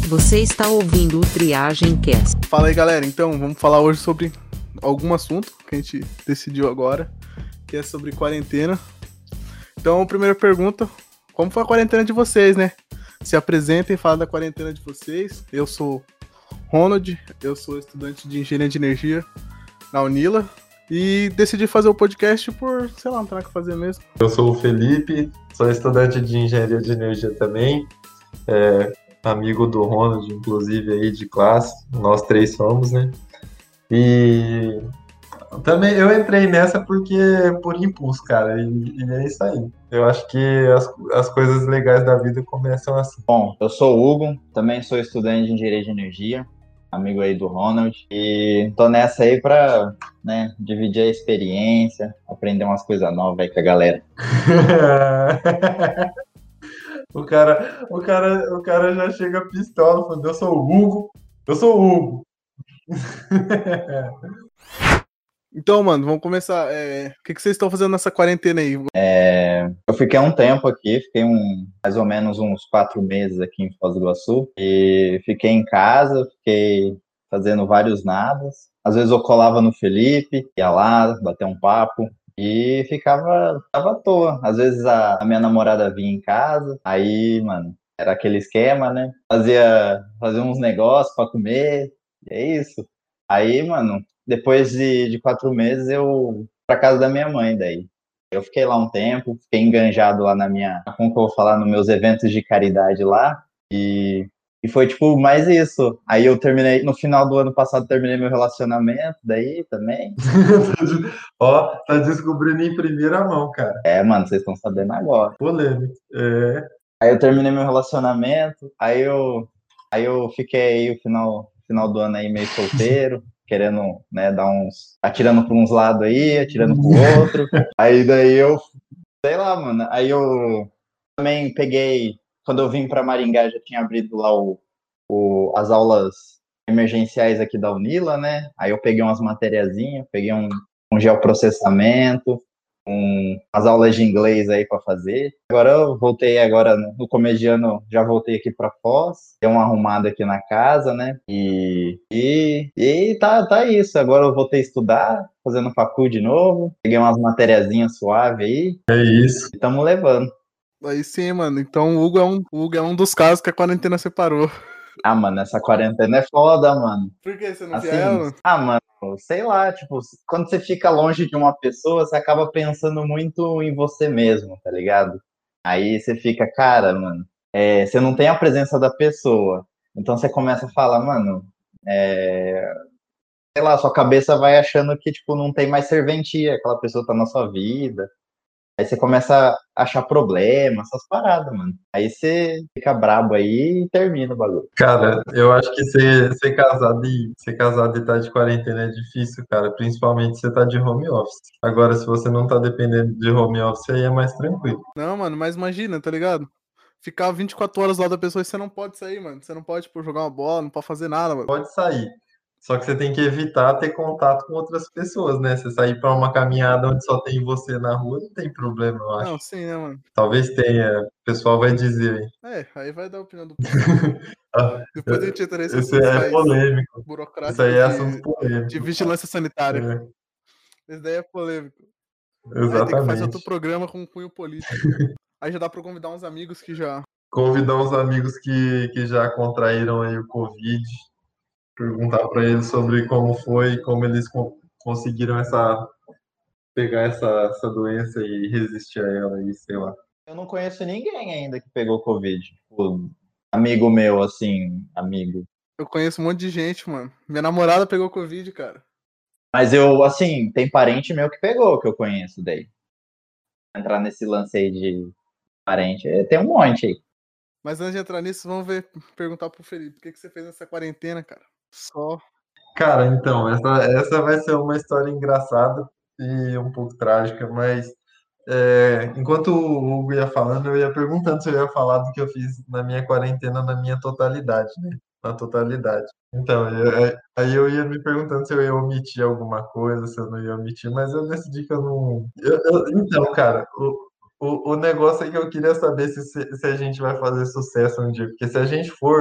Você está ouvindo o Triagem Cast. Fala aí, galera. Então, vamos falar hoje sobre algum assunto que a gente decidiu agora, que é sobre quarentena. Então, a primeira pergunta, como foi a quarentena de vocês, né? Se apresentem e falem da quarentena de vocês. Eu sou Ronald, eu sou estudante de Engenharia de Energia na Unila e decidi fazer o podcast por, sei lá, não tem nada que fazer mesmo. Eu sou o Felipe, sou estudante de Engenharia de Energia também, amigo do Ronald, inclusive, aí de classe, nós três somos, né? E também eu entrei nessa porque por impulso, cara, e é isso aí. Eu acho que as coisas legais da vida começam assim. Bom, eu sou o Hugo, também sou estudante de Engenharia de Energia, amigo aí do Ronald, e tô nessa aí pra, né, dividir a experiência, aprender umas coisas novas aí com a galera. O cara já chega pistola, falando, eu sou o Hugo. Então, mano, vamos começar. O que vocês estão fazendo nessa quarentena aí? Eu fiquei um tempo aqui, mais ou menos uns 4 meses aqui em Foz do Iguaçu, e fiquei em casa, fiquei fazendo vários nadas. Às vezes eu colava no Felipe, ia lá, bater um papo, e ficava à toa. Às vezes a minha namorada vinha em casa, aí, mano, era aquele esquema, né? Fazia uns negócios pra comer, e é isso. Aí, mano, depois de 4 meses eu pra casa da minha mãe daí. Eu fiquei lá um tempo, fiquei enganjado lá como que eu vou falar, nos meus eventos de caridade lá, e foi tipo mais isso. Aí eu terminei, no final do ano passado, terminei meu relacionamento daí também. Ó, tá descobrindo em primeira mão, cara. Mano, vocês estão sabendo agora. Polêmico. Aí eu terminei meu relacionamento, aí eu fiquei aí o final do ano aí meio solteiro, querendo, né, atirando pra uns lados aí, atirando pro outro. Aí daí sei lá, mano, aí eu também peguei, quando eu vim pra Maringá já tinha abrido lá as aulas emergenciais aqui da Unila, né? Aí eu peguei umas matériazinhas, peguei um geoprocessamento, as aulas de inglês aí para fazer. Agora eu voltei no começo de ano, já voltei aqui para Foz, dei uma arrumada aqui na casa, né? E tá isso. Agora eu voltei a estudar, fazendo facul de novo, peguei umas matériazinhas suave aí. É isso. E tamo levando. Aí sim, mano. Então o Hugo é um dos casos que a quarentena separou. Ah, mano, essa quarentena é foda, mano. Por que você não Assim, via ela? Ah, mano, sei lá, tipo, quando você fica longe de uma pessoa, você acaba pensando muito em você mesmo, tá ligado? Aí você fica, cara, mano, você não tem a presença da pessoa. Então você começa a falar, mano, sei lá, sua cabeça vai achando que, tipo, não tem mais serventia, aquela pessoa tá na sua vida. Aí você começa a achar problema, essas paradas, mano. Aí você fica brabo aí e termina o bagulho. Cara, eu acho que ser casado e estar de quarentena é difícil, cara. Principalmente se você tá de home office. Agora, se você não tá dependendo de home office, aí é mais tranquilo. Não, mano, mas imagina, tá ligado? Ficar 24 horas lá da pessoa e você não pode sair, mano. Você não pode, tipo, jogar uma bola, não pode fazer nada, mano. Pode sair. Só que você tem que evitar ter contato com outras pessoas, né? Você sair pra uma caminhada onde só tem você na rua, não tem problema, eu acho. Não, sim, né, mano? Talvez tenha. O pessoal vai dizer aí. Aí vai dar a opinião do povo. Ah, Depois a gente entra nesses Esse assuntos é mais polêmico. Isso burocráticos aí é assunto polêmico. de vigilância sanitária. É, Esse daí é polêmico. Tem que fazer outro exatamente. programa com cunho político. Aí já dá pra convidar uns amigos que já... Convidar uns amigos que já contraíram aí o Covid, perguntar para eles sobre como foi, como eles conseguiram pegar essa doença e resistir a ela e sei lá. Eu não conheço ninguém ainda que pegou Covid. Tipo, amigo meu, assim, amigo. Eu conheço um monte de gente, mano. Minha namorada pegou Covid, cara. Mas eu, assim, tem parente meu que pegou, que eu conheço daí. Entrar nesse lance aí de parente, tem um monte aí. Mas antes de entrar nisso, vamos perguntar pro Felipe. O que você fez nessa quarentena, cara? Só... Cara, então, essa vai ser uma história engraçada e um pouco trágica, mas enquanto o Hugo ia falando, eu ia perguntando se eu ia falar do que eu fiz na minha quarentena na minha totalidade, né? Na totalidade. Então, aí eu ia me perguntando se eu ia omitir alguma coisa, se eu não ia omitir, mas eu decidi que eu não. Então, cara, o negócio é que eu queria saber se a gente vai fazer sucesso um dia, porque se a gente for,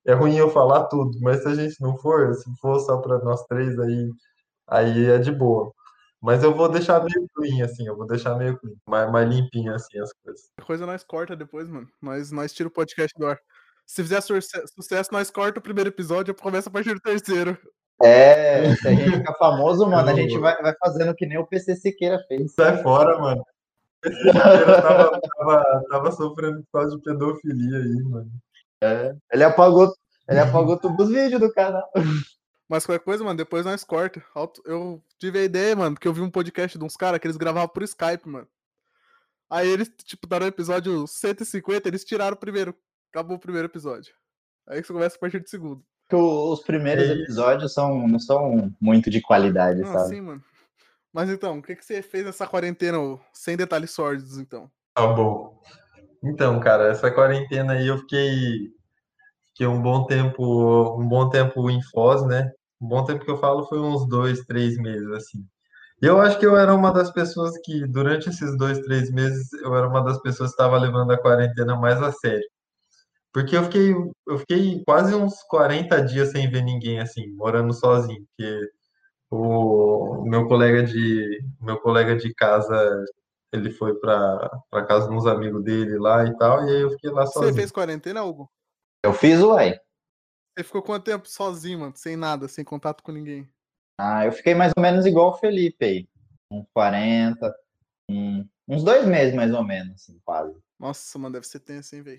é ruim eu falar tudo, mas se a gente não for, se for só para nós três aí é de boa. Mas eu vou deixar meio clean, assim, eu vou deixar meio clean, mais limpinho, assim, as coisas. Coisa nós corta depois, mano. Nós tira o podcast do ar. Se fizer sucesso, nós corta o primeiro episódio e começa a partir do terceiro. Se a gente ficar famoso, mano, a gente Eu- vai fazendo que nem o PC Siqueira fez. Sai fora, mano. Esse Siqueira tava sofrendo por causa de pedofilia aí, mano. Ele apagou todos os vídeos do canal. Mas qualquer coisa, mano, depois nós corta. Eu tive a ideia, mano, porque eu vi um podcast de uns caras que eles gravavam por Skype, mano. Aí eles, tipo, no episódio 150, eles tiraram o primeiro. Acabou o primeiro episódio. Aí você começa a partir do segundo. Os primeiros É isso. episódios não são muito de qualidade, Não, sabe? sim, mano. Mas então, o que você fez nessa quarentena, sem detalhes sórdidos, então? Tá bom. Então, cara, essa quarentena aí eu fiquei um bom tempo em Foz, né? Um bom tempo que eu falo foi uns 2, 3 meses, assim. E eu acho que eu era uma das pessoas que, durante esses 2, 3 meses, eu era uma das pessoas que estava levando a quarentena mais a sério. Porque eu fiquei quase uns 40 dias sem ver ninguém, assim, morando sozinho. Porque o meu colega de casa, ele foi para casa de uns amigos dele lá e tal, e aí eu fiquei lá Você sozinho. fez quarentena, Hugo? Eu fiz, uai. Você ficou quanto tempo sozinho, mano? Sem nada, sem contato com ninguém? Eu fiquei mais ou menos igual o Felipe aí. Uns 40, uns 2 meses mais ou menos, assim, quase. Nossa, mano, deve ser tenso, hein, velho?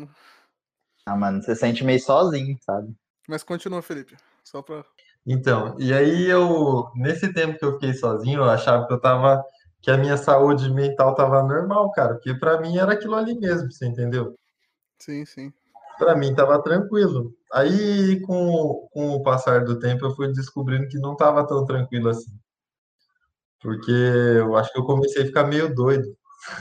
Mano, você sente meio sozinho, sabe? Mas continua, Felipe. Só pra. Então, e aí nesse tempo que eu fiquei sozinho, eu achava que a minha saúde mental tava normal, cara, porque pra mim era aquilo ali mesmo, você entendeu? Sim, sim. Pra mim tava tranquilo. Aí, com o passar do tempo, eu fui descobrindo que não tava tão tranquilo assim, porque eu acho que eu comecei a ficar meio doido.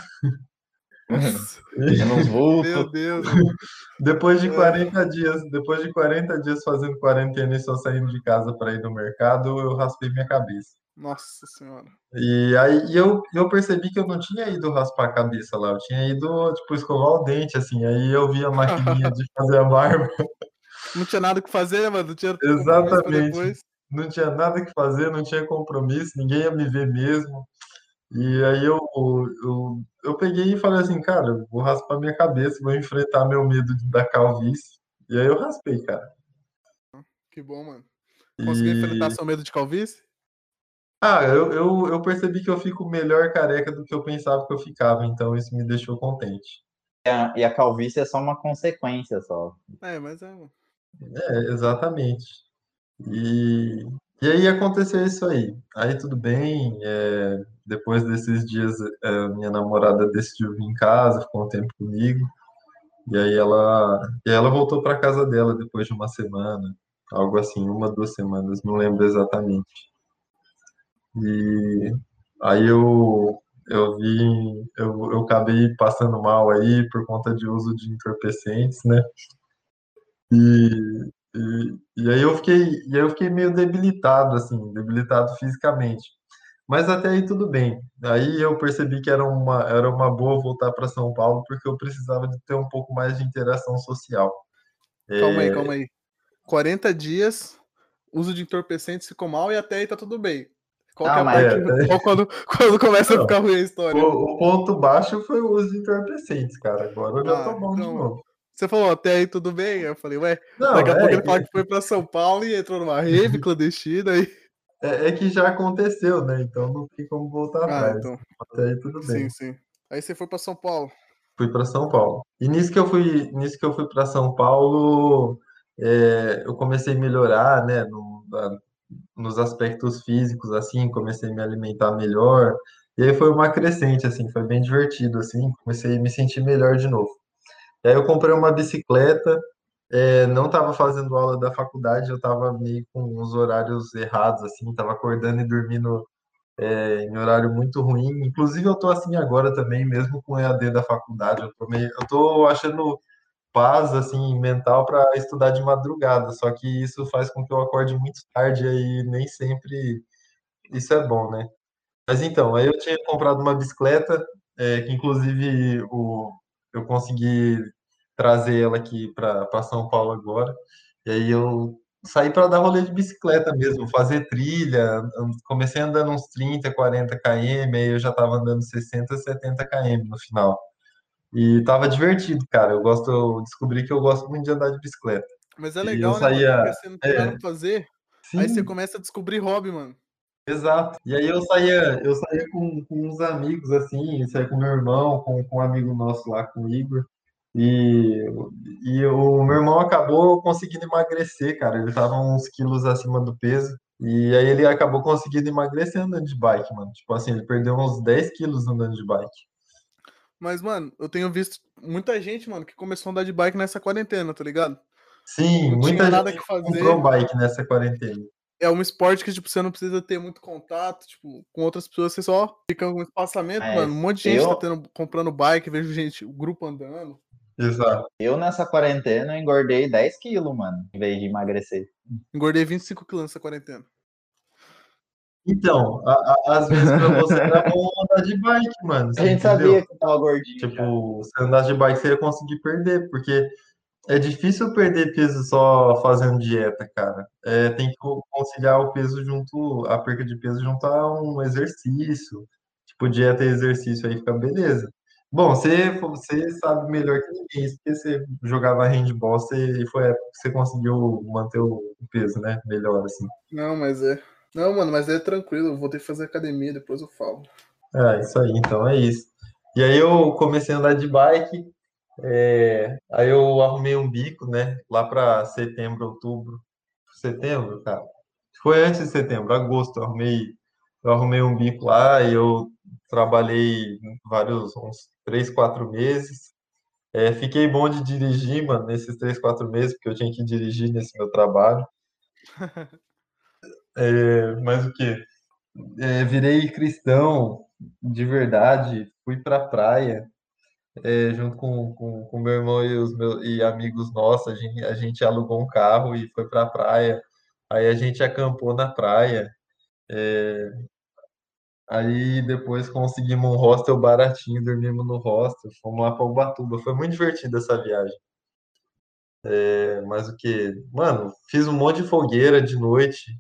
Nossa, Vendo uns meu vultos. Deus, mano. Depois de 40 dias fazendo quarentena e só saindo de casa para ir no mercado, eu raspei minha cabeça. Nossa senhora. E aí eu percebi que eu não tinha ido raspar a cabeça lá, eu tinha ido, tipo, escovar o dente, assim. Aí eu vi a maquininha de fazer a barba. Não tinha nada o que fazer, né, mano? Não tinha compromisso pra Exatamente. depois. Não tinha nada que fazer, não tinha compromisso, ninguém ia me ver mesmo. E aí eu peguei e falei assim, cara, eu vou raspar minha cabeça, vou enfrentar meu medo da calvície. E aí eu raspei, cara. Que bom, mano. Conseguiu enfrentar E seu medo de calvície? eu percebi que eu fico melhor careca do que eu pensava que eu ficava, então isso me deixou contente. E a calvície é só uma consequência só. É, mas é, mano. É, exatamente. E, e aí aconteceu isso aí. Aí tudo bem, depois desses dias, minha namorada decidiu vir em casa, ficou um tempo comigo, e aí ela voltou para casa dela depois de uma semana, algo assim, 1, 2 semanas, não lembro exatamente. E aí eu acabei passando mal aí por conta de uso de entorpecentes, né? E, e aí eu fiquei meio debilitado, assim, debilitado fisicamente. Mas até aí tudo bem. Aí eu percebi que era uma boa voltar para São Paulo, porque eu precisava de ter um pouco mais de interação social. Calma aí, calma aí. 40 dias, uso de entorpecentes ficou mal e até aí tá tudo bem. Qual que é a Mas parte. Qual quando começa a Não, ficar ruim a o, história? o ponto baixo foi o uso de entorpecentes, cara. Agora eu já tô Ah, bom de então. novo. Você falou, até aí tudo bem? Eu falei, ué, daqui Não, a pouco ele fala que foi pra São Paulo e entrou numa rave clandestina e. é que já aconteceu, né? Então não tem como voltar Ah, atrás. então. Até aí tudo Sim, bem. sim. Aí você foi pra São Paulo. Fui para São Paulo. E nisso que eu fui para São Paulo, eu comecei a melhorar, né, nos aspectos físicos, assim, comecei a me alimentar melhor. E aí foi uma crescente, assim, foi bem divertido, assim, comecei a me sentir melhor de novo. E aí eu comprei uma bicicleta, não estava fazendo aula da faculdade, eu estava meio com os horários errados, assim, estava acordando e dormindo em horário muito ruim. Inclusive, eu tô assim agora também, mesmo com o EAD da faculdade. Eu tô achando paz, assim, mental para estudar de madrugada. Só que isso faz com que eu acorde muito tarde, aí nem sempre isso é bom, né? Mas então, aí eu tinha comprado uma bicicleta, que inclusive eu consegui. trazer ela aqui para São Paulo agora. E aí eu saí para dar rolê de bicicleta mesmo, fazer trilha. Comecei andando uns 30, 40 km, aí eu já estava andando 60, 70 km no final. E tava divertido, cara. Eu descobri que eu gosto muito de andar de bicicleta. Mas é E eu legal, né, mano? saía, Porque você não tem nada pra fazer, aí você sim, começa a descobrir hobby, mano. exato. E aí eu saía com uns amigos assim, saía com meu irmão, com um amigo nosso lá, com o Igor. E, e o meu irmão acabou conseguindo emagrecer, cara. Ele tava uns quilos acima do peso. E aí ele acabou conseguindo emagrecer andando de bike, mano. Tipo assim, ele perdeu uns 10 quilos andando de bike. Mas, mano, eu tenho visto muita gente, mano, que começou a andar de bike nessa quarentena, tá ligado? Sim, Não tinha muita nada gente que comprou fazer. bike nessa quarentena. É um esporte que, tipo, você não precisa ter muito contato, tipo, com outras pessoas, você só fica com espaçamento, mano. Um Mas monte de gente tá comprando bike, vejo gente, o grupo andando. Exato. eu nessa quarentena engordei 10 quilos, mano, em vez de emagrecer. Engordei 25 quilos nessa quarentena. Então, às vezes para você era bom andar de bike, mano, A você gente entendeu? sabia que eu tava gordinho já. Tipo, se andasse de bike você ia conseguir perder, porque é difícil perder peso só fazendo dieta, cara. Tem que conciliar o peso junto, a perca de peso junto a um exercício. Tipo, dieta e exercício aí fica beleza. Bom, você sabe melhor que ninguém isso, porque você jogava handball e foi a época que você conseguiu manter o peso, né? Melhor, assim. Não, mas é. Não, mano, mas é tranquilo, eu vou ter que fazer academia, depois eu falo. Isso aí, então é isso. E aí eu comecei a andar de bike, aí eu arrumei um bico, né? Lá para setembro, outubro. Setembro, cara. Foi antes de setembro, agosto. Eu arrumei um bico lá e eu trabalhei uns 3, 4 meses. Fiquei bom de dirigir, mano, nesses 3, 4 meses, porque eu tinha que dirigir nesse meu trabalho. Mas o quê? Virei cristão de verdade, fui pra praia, junto com meu irmão e os meus e amigos nossos, a gente alugou um carro e foi pra praia. Aí a gente acampou na praia. Aí depois conseguimos um hostel baratinho, dormimos no hostel, fomos lá para Ubatuba. Foi muito divertida essa viagem. Mas o que? Mano, fiz um monte de fogueira de noite,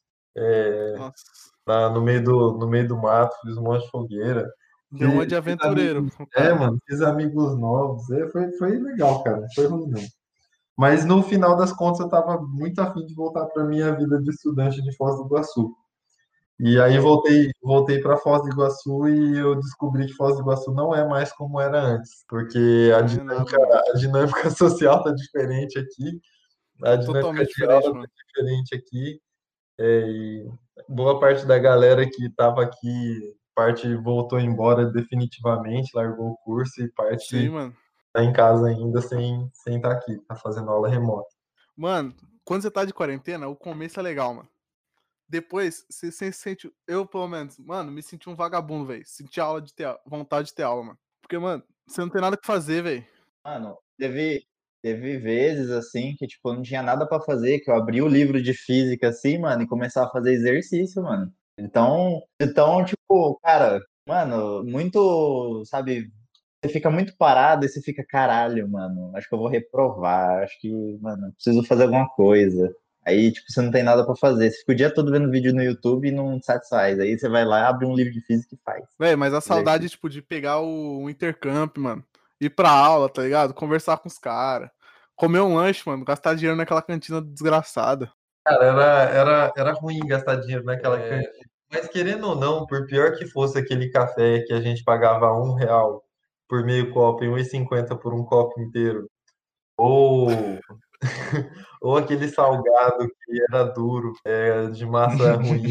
Nossa, no meio do mato, fiz um monte de fogueira. deu Fiz, uma de fiz aventureiro, amigos, o cara. mano, fiz amigos novos. Foi legal, cara. Não foi ruim, não. Mas no final das contas eu tava muito afim de voltar para minha vida de estudante de Foz do Iguaçu. E aí voltei para Foz do Iguaçu e eu descobri que Foz do Iguaçu não é mais como era antes, porque a Não é nada, dinâmica, mano. a dinâmica social tá diferente aqui, a Tá dinâmica totalmente de aula diferente, tá mano. diferente aqui, e boa parte da galera que estava aqui, parte voltou embora definitivamente, largou o curso e Sim, parte mano. tá em casa ainda sem estar aqui, tá fazendo aula remota. Mano, quando você tá de quarentena, o começo é legal, mano. Depois, você se sente. Eu, pelo menos, mano, me senti um vagabundo, velho. Senti aula de ter vontade de ter aula, mano. Porque, mano, você não tem nada que fazer, velho. Mano, teve vezes assim que, tipo, eu não tinha nada pra fazer, que eu abri o livro de física assim, mano, e começava a fazer exercício, mano. Então, tipo, cara, mano, muito, sabe, você fica muito parado e você fica, caralho, mano, acho que eu vou reprovar, acho que, mano, preciso fazer alguma coisa. Aí, tipo, você não tem nada pra fazer. Você fica o dia todo vendo vídeo no YouTube e não te satisfaz. Aí você vai lá, abre um livro de física e faz Velho, mas a saudade, exercício. tipo, de pegar o intercamp, mano. Ir pra aula, tá ligado? Conversar com os caras. Comer um lanche, mano. Gastar dinheiro naquela cantina desgraçada. Cara, era ruim gastar dinheiro naquela cantina. Mas querendo ou não, por pior que fosse aquele café que a gente pagava R$ 1 por meio copo e R$ 1,50 por um copo inteiro, ou, ou aquele salgado que era duro, de massa ruim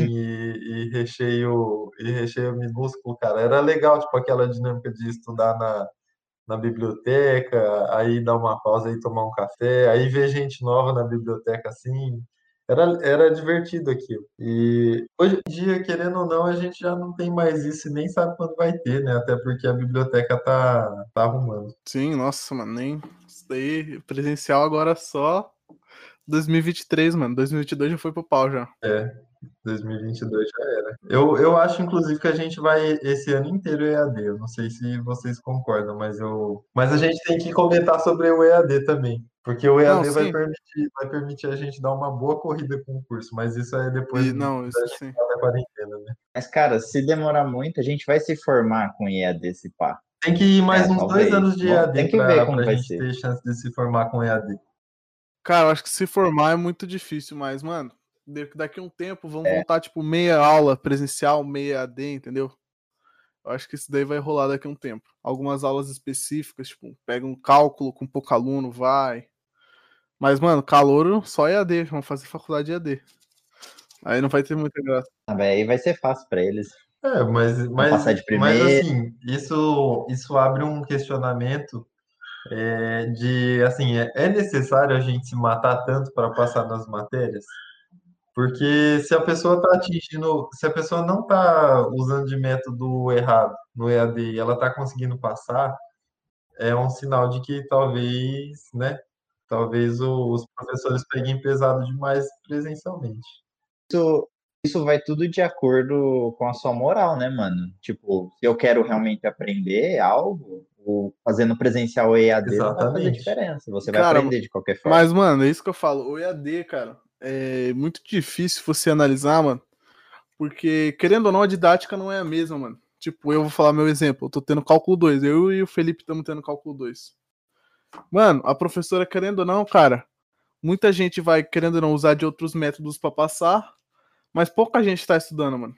e recheio minúsculo, cara, era legal, tipo aquela dinâmica de estudar na biblioteca, aí dar uma pausa e tomar um café, aí ver gente nova na biblioteca assim. Era divertido aquilo. E hoje em dia, querendo ou não, a gente já não tem mais isso e nem sabe quando vai ter, né? Até porque a biblioteca tá arrumando. Sim, nossa, mano. Nem. Isso daí, presencial agora só 2023, mano. 2022 já foi pro pau já. 2022 já era. Eu acho, inclusive, que a gente vai esse ano inteiro EAD. Eu não sei se vocês concordam, mas a gente tem que comentar sobre o EAD também. Porque o Não, EAD sim. vai permitir a gente dar uma boa corrida com o curso, mas isso é depois Não, da isso gente sim. estar na quarentena, né? Mas, cara, se demorar muito, a gente vai se formar com EAD se pá. Tem que ir mais uns 2 anos Talvez. de Bom, EAD tem que ver para como a vai gente ser. ter chance de se formar com EAD. Cara, eu acho que se formar é muito difícil, mas, mano, daqui a um tempo vão É. voltar, tipo, meia aula presencial, meia AD, entendeu? Eu acho que isso daí vai rolar daqui a um tempo. Algumas aulas específicas, tipo, pega um cálculo com pouco aluno, vai. Mas, mano, calouro só EAD, vão fazer faculdade EAD. Aí não vai ter muita graça. Ah, velho, aí vai ser fácil pra eles. É, Vão passar de mas primeiro. assim, isso abre um questionamento de, assim, é necessário a gente se matar tanto para passar nas matérias? Porque se a pessoa está atingindo, se a pessoa não está usando de método errado no EAD e ela está conseguindo passar, é um sinal de que talvez, né, talvez os professores peguem pesado demais presencialmente. Isso, isso vai tudo de acordo com a sua moral, né, mano? Tipo, se eu quero realmente aprender algo, o fazendo presencial ou EAD não vai fazer Exatamente. diferença. Você vai Cara, aprender de qualquer forma. mas, mano, é isso que eu falo. O EAD, cara, é muito difícil você analisar, mano. Porque, querendo ou não, a didática não é a mesma, mano. Tipo, eu vou falar meu exemplo. Eu tô tendo cálculo 2. Eu e o Felipe estamos tendo cálculo 2. Mano, a professora, querendo ou não, cara, muita gente vai, querendo ou não, usar de outros métodos pra passar, mas pouca gente tá estudando, mano.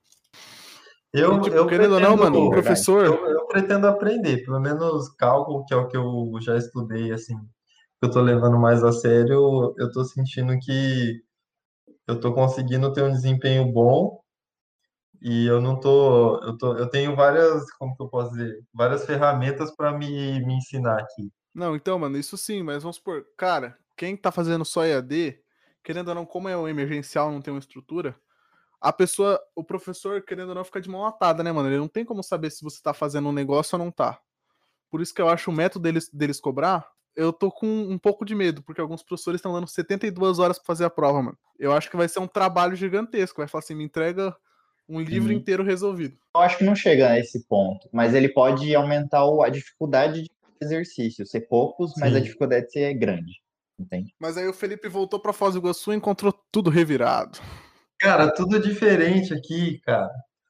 E, tipo, Eu querendo ou não, mano, o Verdade. professor. eu pretendo aprender, pelo menos cálculo, que é o que eu já estudei, assim, que eu tô levando mais a sério, eu tô sentindo que eu tô conseguindo ter um desempenho bom e eu não tô, eu tenho várias, como que eu posso dizer, várias ferramentas para me ensinar aqui. Não, então, mano, isso sim, mas vamos supor, cara, quem tá fazendo só EAD, querendo ou não, como é um emergencial, não tem uma estrutura, a pessoa, o professor, querendo ou não, fica de mão atada, né, mano? Ele não tem como saber se você tá fazendo um negócio ou não tá. Por isso que eu acho o método deles cobrar, eu tô com um pouco de medo, porque alguns professores estão dando 72 horas pra fazer a prova, mano. Eu acho que vai ser um trabalho gigantesco. Vai falar assim, me entrega um livro Uhum. inteiro resolvido. Eu acho que não chega a esse ponto, mas ele pode aumentar a dificuldade de exercício, ser poucos, mas a Sim. dificuldade ser grande, entende? Mas aí o Felipe voltou pra Foz do Iguaçu e encontrou tudo revirado. Cara, tudo diferente aqui, cara.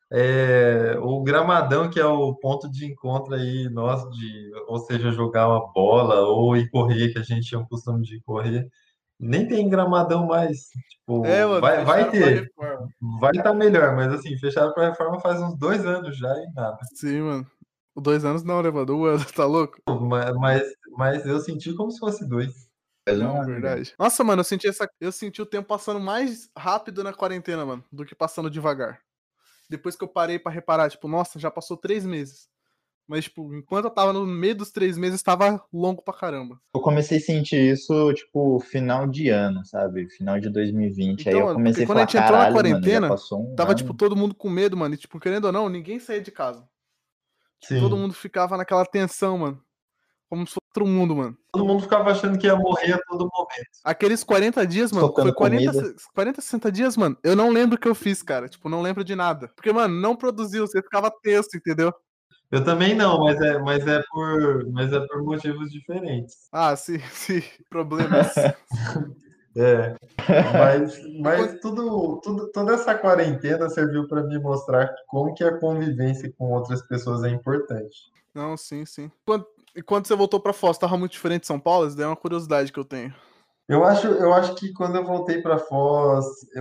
O Gramadão, que é o ponto de encontro aí nosso, ou seja, jogar uma bola ou ir correr, que a gente tinha o costume de correr, nem tem Gramadão mais. É, Tipo, mano, vai fecharam pra ter, reforma. vai estar melhor, mas assim, fecharam para reforma faz uns 2 anos já e nada. Sim, mano. 2 anos não, né, mano? 1 ano, tá louco? Mas eu senti como se fosse 2. Faz um Não, ano já. verdade. Nossa, mano, eu senti o tempo passando mais rápido na quarentena, mano, do que passando devagar. Depois que eu parei pra reparar, tipo, nossa, já passou 3 meses. Mas, tipo, enquanto eu tava no meio dos 3 meses, tava longo pra caramba. Eu comecei a sentir isso, tipo, final de ano, sabe? Final de 2020. Aí Então, eu mano, porque comecei a quando a falar, gente entrou na caralho, mano, já quarentena, passou um tava, tipo, ano. todo mundo com medo, mano. E, tipo, querendo ou não, ninguém saía de casa. Tipo, todo Sim. mundo ficava naquela tensão, mano. Como se fosse outro mundo, mano. Todo mundo ficava achando que ia morrer a todo momento. Aqueles 40 dias, mano, foi Estocando comida. 40, 60 dias, mano. Eu não lembro o que eu fiz, cara. Tipo, não lembro de nada. Porque, mano, não produziu, você ficava tenso, entendeu? Eu também não, mas é por motivos diferentes. Ah, sim, sim. Problemas. É, E quando... mas toda essa quarentena serviu para me mostrar como que a convivência com outras pessoas é importante. Não, sim, sim. E quando você voltou pra Foz, tava muito diferente de São Paulo? Isso daí é uma curiosidade que eu tenho. Eu acho que quando eu voltei para Foz,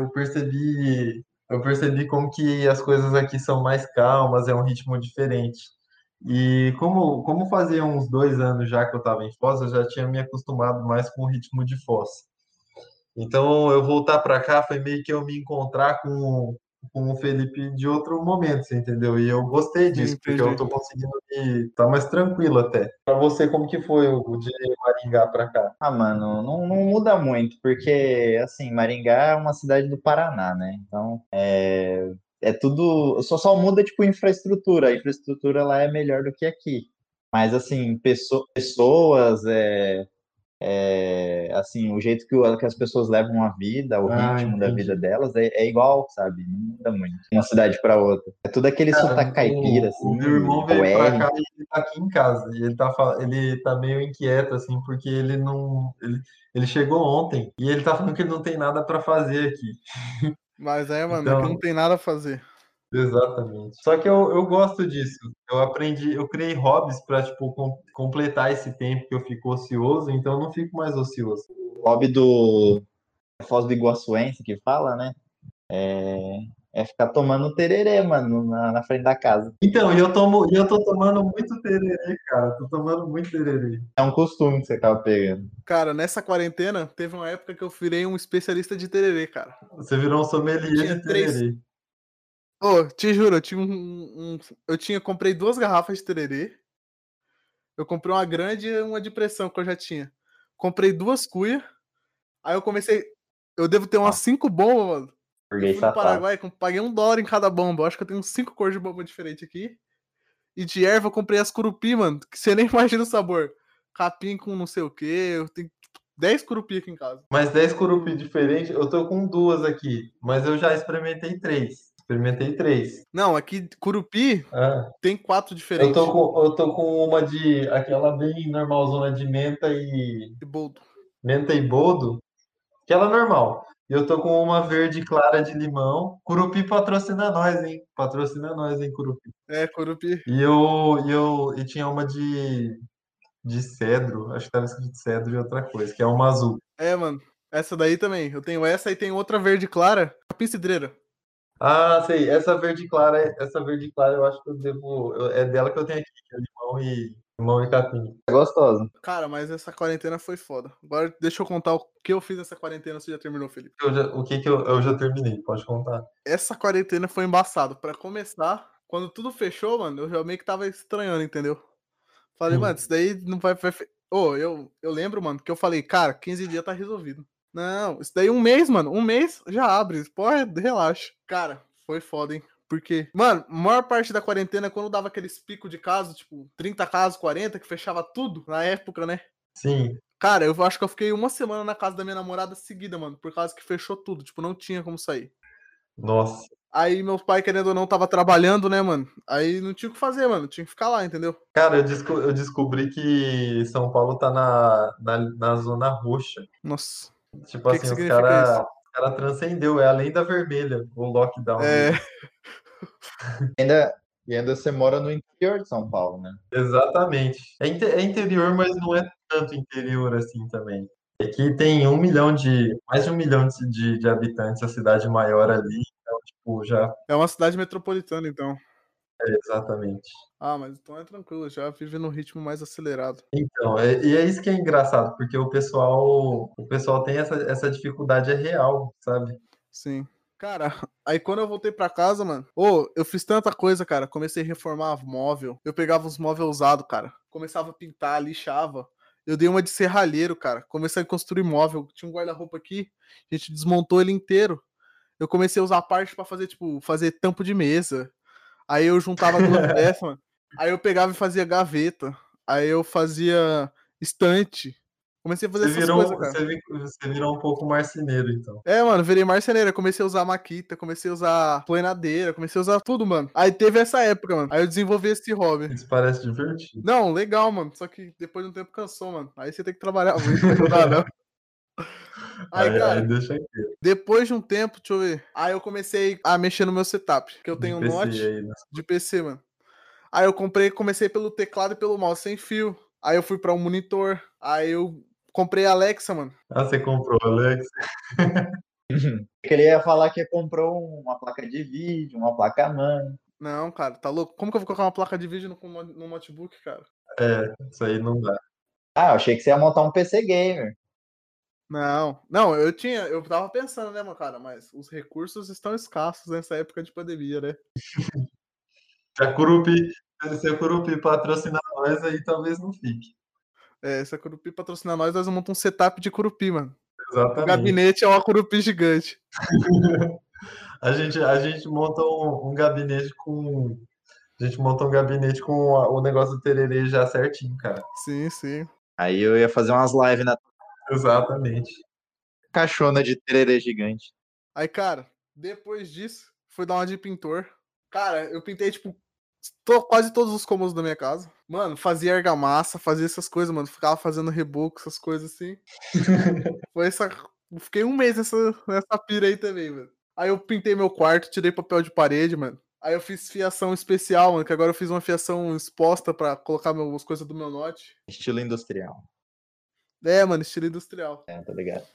eu percebi como que as coisas aqui são mais calmas, é um ritmo diferente. E como fazia uns 2 anos já que eu estava em Foz, eu já tinha me acostumado mais com o ritmo de Foz. Então, eu voltar para cá foi meio que eu me encontrar com o Felipe de outro momento, você entendeu? E eu gostei Sim, disso, porque eu entendi. tô conseguindo estar mais tranquilo até. Para você, como que foi o de Maringá para cá? Ah, mano, não muda muito, porque, assim, Maringá é uma cidade do Paraná, né? Então, é tudo. Só muda, tipo, infraestrutura. A infraestrutura lá é melhor do que aqui. Mas, assim, pessoas, assim, o jeito que as pessoas levam a vida, o Ah, ritmo da vida entendi. delas é igual, sabe? Não muda muito. De uma cidade para outra. É tudo aquele sotaque caipira, O meu assim, irmão o veio pra R. cá e ele tá aqui em casa. E ele tá meio inquieto, assim, porque ele não. Ele chegou ontem e ele tá falando que ele não tem nada pra fazer aqui. Mas mano, aqui não Então, tem nada a fazer. exatamente. Só que eu gosto disso. Eu aprendi, eu criei hobbies pra, tipo, completar esse tempo que eu fico ocioso, então eu não fico mais ocioso. O hobby do Foz do Iguaçuense que fala, né? É ficar tomando tererê, mano, na frente da casa. Então, e eu tô tomando muito tererê, cara. Tô tomando muito tererê. É um costume que você acaba pegando. Cara, nessa quarentena, teve uma época que eu virei um especialista de tererê, cara. Você virou um Eu sommelier tinha de três. tererê. Ô, te juro, eu tinha comprei 2 garrafas de tererê. Eu comprei uma grande e uma de pressão que eu já tinha. Comprei 2 cuias. Aí eu comecei. Eu devo ter umas Nossa, 5 bombas, mano. Eu burguês fui no safado. Paraguai, paguei $1 em cada bomba. Eu acho que eu tenho 5 cores de bomba diferente aqui. E de erva eu comprei as curupi, mano. Que você nem imagina o sabor. Capim com não sei o que. Eu tenho 10 curupi aqui em casa. Mas 10 curupi diferentes, eu tô com duas aqui, mas eu já experimentei três. Experimentei três. Não, aqui curupi Ah, tem 4 diferentes. eu tô com uma de aquela bem normalzona de De boldo. menta e boldo, aquela normal. E eu tô com uma verde clara de limão. Curupi patrocina nós, hein? Patrocina nós, hein, Curupi. Curupi. E tinha uma de cedro, acho que tava escrito cedro e outra coisa, que é uma azul. Mano. Essa daí também. Eu tenho essa e tem outra verde clara. Capim cidreira. Ah, sei. Essa verde clara eu acho que eu devo. É dela que eu tenho aqui, que é limão e capim. É gostoso. Cara, mas essa quarentena foi foda. Agora deixa eu contar o que eu fiz nessa quarentena. Você já terminou, Felipe? O que que eu já terminei, pode contar. Essa quarentena foi embaçado. Pra começar, quando tudo fechou, mano, eu já meio que tava estranhando, entendeu? Falei, mano, isso daí não vai. Ô, eu lembro, mano, que eu falei, cara, 15 dias tá resolvido. Não, isso daí 1 mês, mano. 1 mês já abre. Pô, relaxa. Cara, foi foda, hein? Porque, mano, a maior parte da quarentena, quando dava aqueles picos de casos, tipo, 30 casos, 40, que fechava tudo na época, né? Sim, Cara, eu acho que eu fiquei 1 semana na casa da minha namorada seguida, mano, por causa que fechou tudo. Tipo, não tinha como sair. nossa. Aí meu pai, querendo ou não, tava trabalhando, né, mano? Aí não tinha o que fazer, mano. Tinha que ficar lá, entendeu? Cara, eu descobri que São Paulo tá na zona roxa. Nossa, Tipo o que que assim, significa isso? os cara transcendeu, é além da vermelha, o lockdown É, deles. E ainda você mora no interior de São Paulo, né? Exatamente. É interior, mas não é tanto interior assim também. Aqui tem mais de 1 milhão de habitantes, a cidade maior ali, então, tipo, já é uma cidade metropolitana, então. é exatamente. Ah, mas então é tranquilo, já vive no ritmo mais acelerado. Então, e é isso que é engraçado, porque o pessoal tem essa dificuldade é real, sabe? Sim. Cara, aí quando eu voltei pra casa, mano, ô, eu fiz tanta coisa, cara. Comecei a reformar móvel. Eu pegava uns móveis usados, cara. Começava a pintar, lixava. Eu dei uma de serralheiro, cara. Comecei a construir móvel. Tinha um guarda-roupa aqui. A gente desmontou ele inteiro. Eu comecei a usar a parte pra fazer, tipo, fazer tampo de mesa. Aí eu juntava 2 peças, mano. Aí eu pegava e fazia gaveta. Aí eu fazia estante. Comecei a fazer essas coisas, cara. Você virou um pouco marceneiro, então. Mano, virei marceneiro. Comecei a usar maquita, comecei a usar plenadeira, comecei a usar tudo, mano. Aí teve essa época, mano. Aí eu desenvolvi esse hobby. Isso parece divertido. Não, legal, mano. Só que depois de um tempo cansou, mano. Aí você tem que trabalhar muito, aí não dá, não. Aí, Aí cara, deixa aqui, depois de um tempo, deixa eu ver. Aí eu comecei a mexer no meu setup. Que eu de tenho um PC Note aí, né? de PC, mano. Aí eu comecei pelo teclado e pelo mouse sem fio. Aí eu fui pra um monitor. Aí eu comprei a Alexa, mano. Ah, você comprou, Alex? Porque ele ia falar que comprou uma placa de vídeo, uma placa-mãe. Não, cara, tá louco? Como que eu vou colocar uma placa de vídeo no notebook, cara? É, isso aí não dá. Ah, eu achei que você ia montar um PC gamer. Não, eu tava pensando, né, meu cara, mas os recursos estão escassos nessa época de pandemia, né? Se a Curupi, se a Curupi patrocinar nós, aí talvez não fique. Se a Curupi patrocinar nós vamos montar um setup de Curupi, mano. O Exatamente. gabinete é uma Curupi gigante. A gente monta um gabinete com. A gente monta um gabinete com o negócio do tererê já certinho, cara. Sim, sim. Aí eu ia fazer umas lives na Exatamente. caixona de tererê gigante. Aí, cara, depois disso, fui dar uma de pintor. Cara, eu pintei, tipo, quase todos os cômodos da minha casa. Mano, fazia argamassa, fazia essas coisas, mano. Ficava fazendo reboco, essas coisas assim. Foi essa. Fiquei um mês nessa pira aí também, mano. Aí eu pintei meu quarto, tirei papel de parede, mano. Aí eu fiz fiação especial, mano, que agora eu fiz uma fiação exposta pra colocar as coisas do meu note. Estilo industrial. É, mano, estilo industrial. É, tá ligado?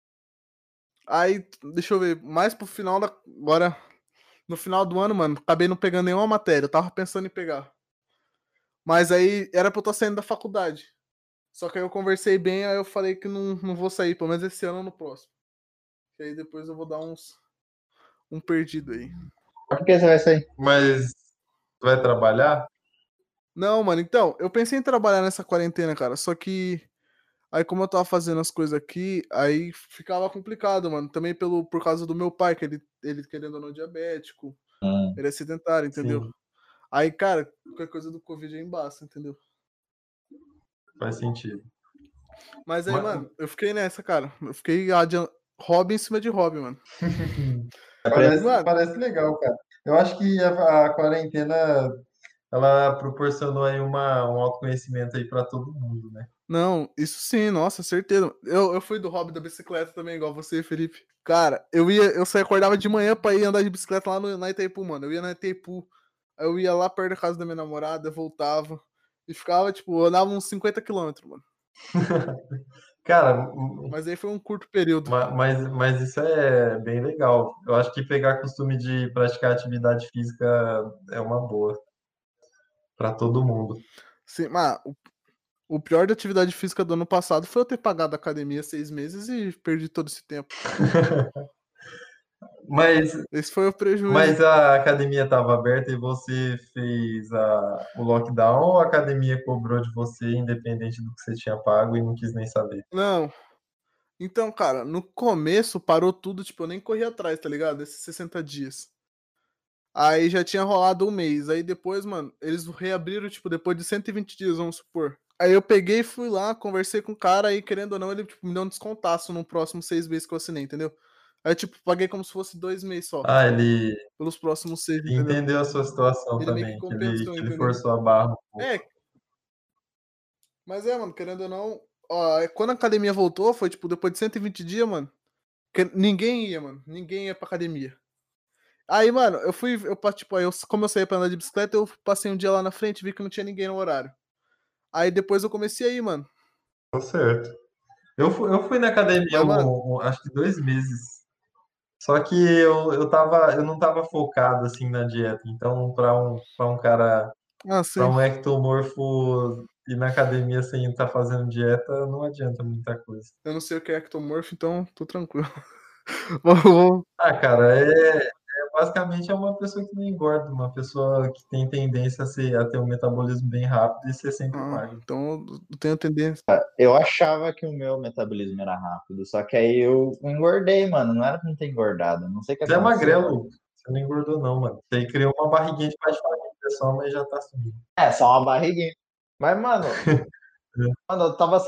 Aí, deixa eu ver, mais pro final da. Agora, no final do ano, mano, acabei não pegando nenhuma matéria. Eu tava pensando em pegar. Mas aí era pra eu estar saindo da faculdade. Só que aí eu conversei bem, aí eu falei que não vou sair, pelo menos esse ano ou no próximo. E aí depois eu vou dar um perdido aí. Por que você vai sair? Mas tu vai trabalhar? Não, mano, então, eu pensei em trabalhar nessa quarentena, cara, só que aí como eu tava fazendo as coisas aqui, aí ficava complicado, mano. Também por causa do meu pai, que ele querendo ou não diabético, ele é sedentário, entendeu? Sim, Aí, cara, qualquer coisa do Covid é embaixo, entendeu? faz sentido. Mas aí, Mas, mano, eu fiquei nessa, cara. Eu fiquei hobby em cima de hobby, mano. E, parece, mano, parece legal, cara. Eu acho que a quarentena ela proporcionou aí um autoconhecimento aí para todo mundo, né? não, isso sim, nossa, certeza. Eu fui do hobby da bicicleta também, igual você, Felipe. Cara, eu saía, acordava de manhã pra ir andar de bicicleta lá na Itaipu, mano. Eu ia na Itaipu, aí eu ia lá perto da casa da minha namorada, voltava. E ficava, tipo, eu andava uns 50 quilômetros, mano. Cara, Mas aí foi um curto período. mas isso é bem legal. Eu acho que pegar costume de praticar atividade física é uma boa para todo mundo. Sim, mas o pior da atividade física do ano passado foi eu ter pagado a academia 6 meses e perdi todo esse tempo. Mas, Esse foi o prejuízo. mas a academia estava aberta e você fez o lockdown ou a academia cobrou de você, independente do que você tinha pago e não quis nem saber? Não, então, cara, no começo parou tudo, tipo, eu nem corri atrás, tá ligado? Esses 60 dias. Aí já tinha rolado um mês. Aí depois, mano, eles reabriram, tipo, depois de 120 dias, vamos supor. Aí eu peguei, fui lá, conversei com o cara, aí querendo ou não, ele tipo, me deu um descontaço no próximo 6 meses que eu assinei, entendeu? Aí, tipo, paguei como se fosse 2 meses só, Ah, ele pelos próximos 6, entendeu? entendeu a sua situação Ele meio que também, que ele, compensou, que ele entendeu? forçou a barra um pouco. É, mas mano, querendo ou não, ó, quando a academia voltou, foi, tipo, depois de 120 dias, mano, que ninguém ia, mano, ninguém ia pra academia. Aí, mano, tipo, aí como eu saía pra andar de bicicleta, eu passei um dia lá na frente, vi que não tinha ninguém no horário. Aí depois eu comecei a ir, mano. Tá certo. Eu fui na academia Mas, mano, acho que 2 meses. Só que eu não tava focado assim na dieta. Então, para um cara, para assim, um ectomorfo ir na academia sem estar fazendo dieta, não adianta muita coisa. eu não sei o que é ectomorfo, então tô tranquilo. Vou- Ah, cara, basicamente é uma pessoa que não engorda, uma pessoa que tem tendência a ter um metabolismo bem rápido e ser sempre magro. então eu tenho tendência. Eu achava que o meu metabolismo era rápido, só que aí eu engordei, mano. Não era pra não ter engordado. Não sei o que Você é aconteceu, mano. magrelo, você não engordou não, mano. Você aí criou uma barriguinha de mais família só, mas já tá subindo. É, só uma barriguinha. Mas, mano, eu tava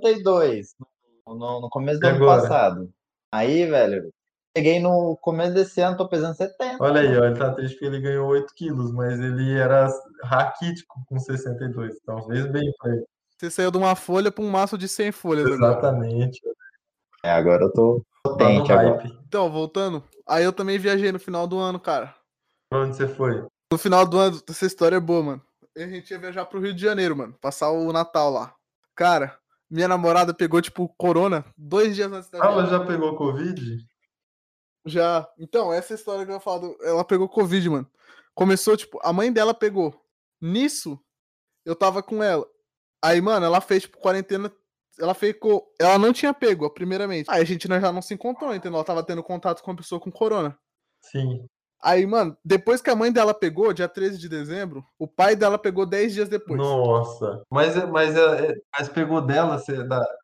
62 no começo E do ano agora? passado. Aí, velho, cheguei no começo desse ano, tô pesando 70, Olha aí, ó, mano. ele tá triste porque ele ganhou 8 quilos, mas ele era raquítico com 62. Então fez bem pra ele. Você saiu de uma folha pra um maço de 100 folhas agora. Exatamente. É, agora eu tô Tá no potente agora. hype. Então, voltando. Aí eu também viajei no final do ano, cara. Pra onde você foi? No final do ano, essa história é boa, mano. A gente ia viajar pro Rio de Janeiro, mano. Passar o Natal lá. Cara, minha namorada pegou, tipo, corona 2 dias antes da Ah, ela viagem. já pegou Covid? Já. Então, essa história que eu falo, ela pegou Covid, mano. Começou, tipo, a mãe dela pegou. Nisso, eu tava com ela. Aí, mano, ela fez, tipo, quarentena. Ela ficou. Ela não tinha pego, primeiramente. Aí a gente já não se encontrou, entendeu? Ela tava tendo contato com uma pessoa com corona. Sim. Aí, mano, depois que a mãe dela pegou, dia 13 de dezembro, o pai dela pegou 10 dias depois. Nossa. Mas pegou dela,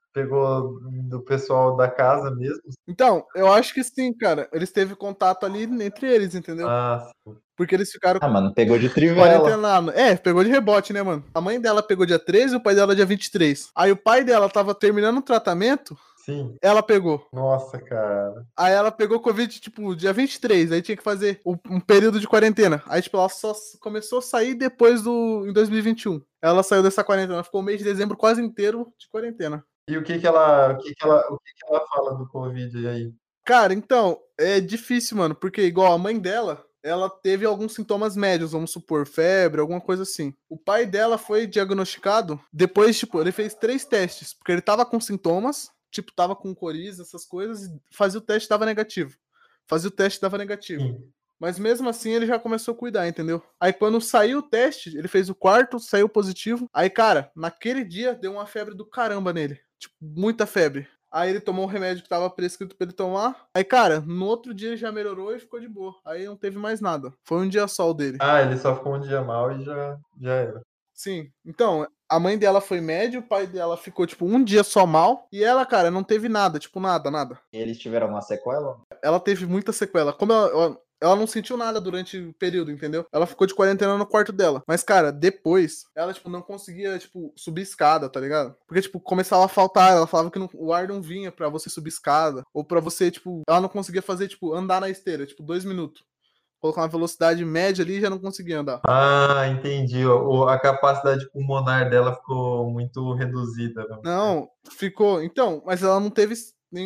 Pegou do pessoal da casa mesmo? Então, eu acho que sim, cara. Eles teve contato ali entre eles, entendeu? Ah, sim. Porque eles ficaram Ah, mano, pegou de trivela. quarentenando. É, pegou de rebote, né, mano? A mãe dela pegou dia 13 e o pai dela dia 23. Aí o pai dela tava terminando o tratamento, Sim. ela pegou. Nossa, cara. Aí ela pegou Covid, tipo, dia 23. Aí tinha que fazer um período de quarentena. Aí, tipo, ela só começou a sair depois em 2021. Ela saiu dessa quarentena. Ficou o mês de dezembro quase inteiro de quarentena. E o que que ela fala do Covid aí? Cara, então, é difícil, mano, porque igual a mãe dela, ela teve alguns sintomas médios, vamos supor, febre, alguma coisa assim. O pai dela foi diagnosticado depois, tipo, ele fez 3 testes, porque ele tava com sintomas, tipo, tava com coriza, essas coisas, e fazia o teste, dava negativo. Fazia o teste, dava negativo. Sim. Mas mesmo assim ele já começou a cuidar, entendeu? Aí quando saiu o teste, ele fez o quarto, saiu positivo. Aí, cara, naquele dia deu uma febre do caramba nele. Tipo, muita febre. Aí ele tomou um remédio que tava prescrito pra ele tomar. Aí, cara, no outro dia ele já melhorou e ficou de boa. Aí não teve mais nada. Foi um dia só o dele. Ah, ele só ficou um dia mal e já era. Sim. Então, a mãe dela foi médio, o pai dela ficou, tipo, um dia só mal. E ela, cara, não teve nada, tipo, nada, nada. E eles tiveram uma sequela? Ela teve muita sequela. Como ela não sentiu nada durante o período, entendeu? Ela ficou de quarentena no quarto dela. Mas, cara, depois, ela, tipo, não conseguia, tipo, subir escada, tá ligado? Porque, tipo, começava a faltar. Ela falava que o ar não vinha pra você subir escada. Ou pra você, tipo, ela não conseguia fazer, tipo, andar na esteira, tipo, 2 minutos. Colocar uma velocidade média ali e já não conseguia andar. Ah, entendi. A capacidade pulmonar dela ficou muito reduzida, vamos dizer. Não, ficou. Então, mas ela não teve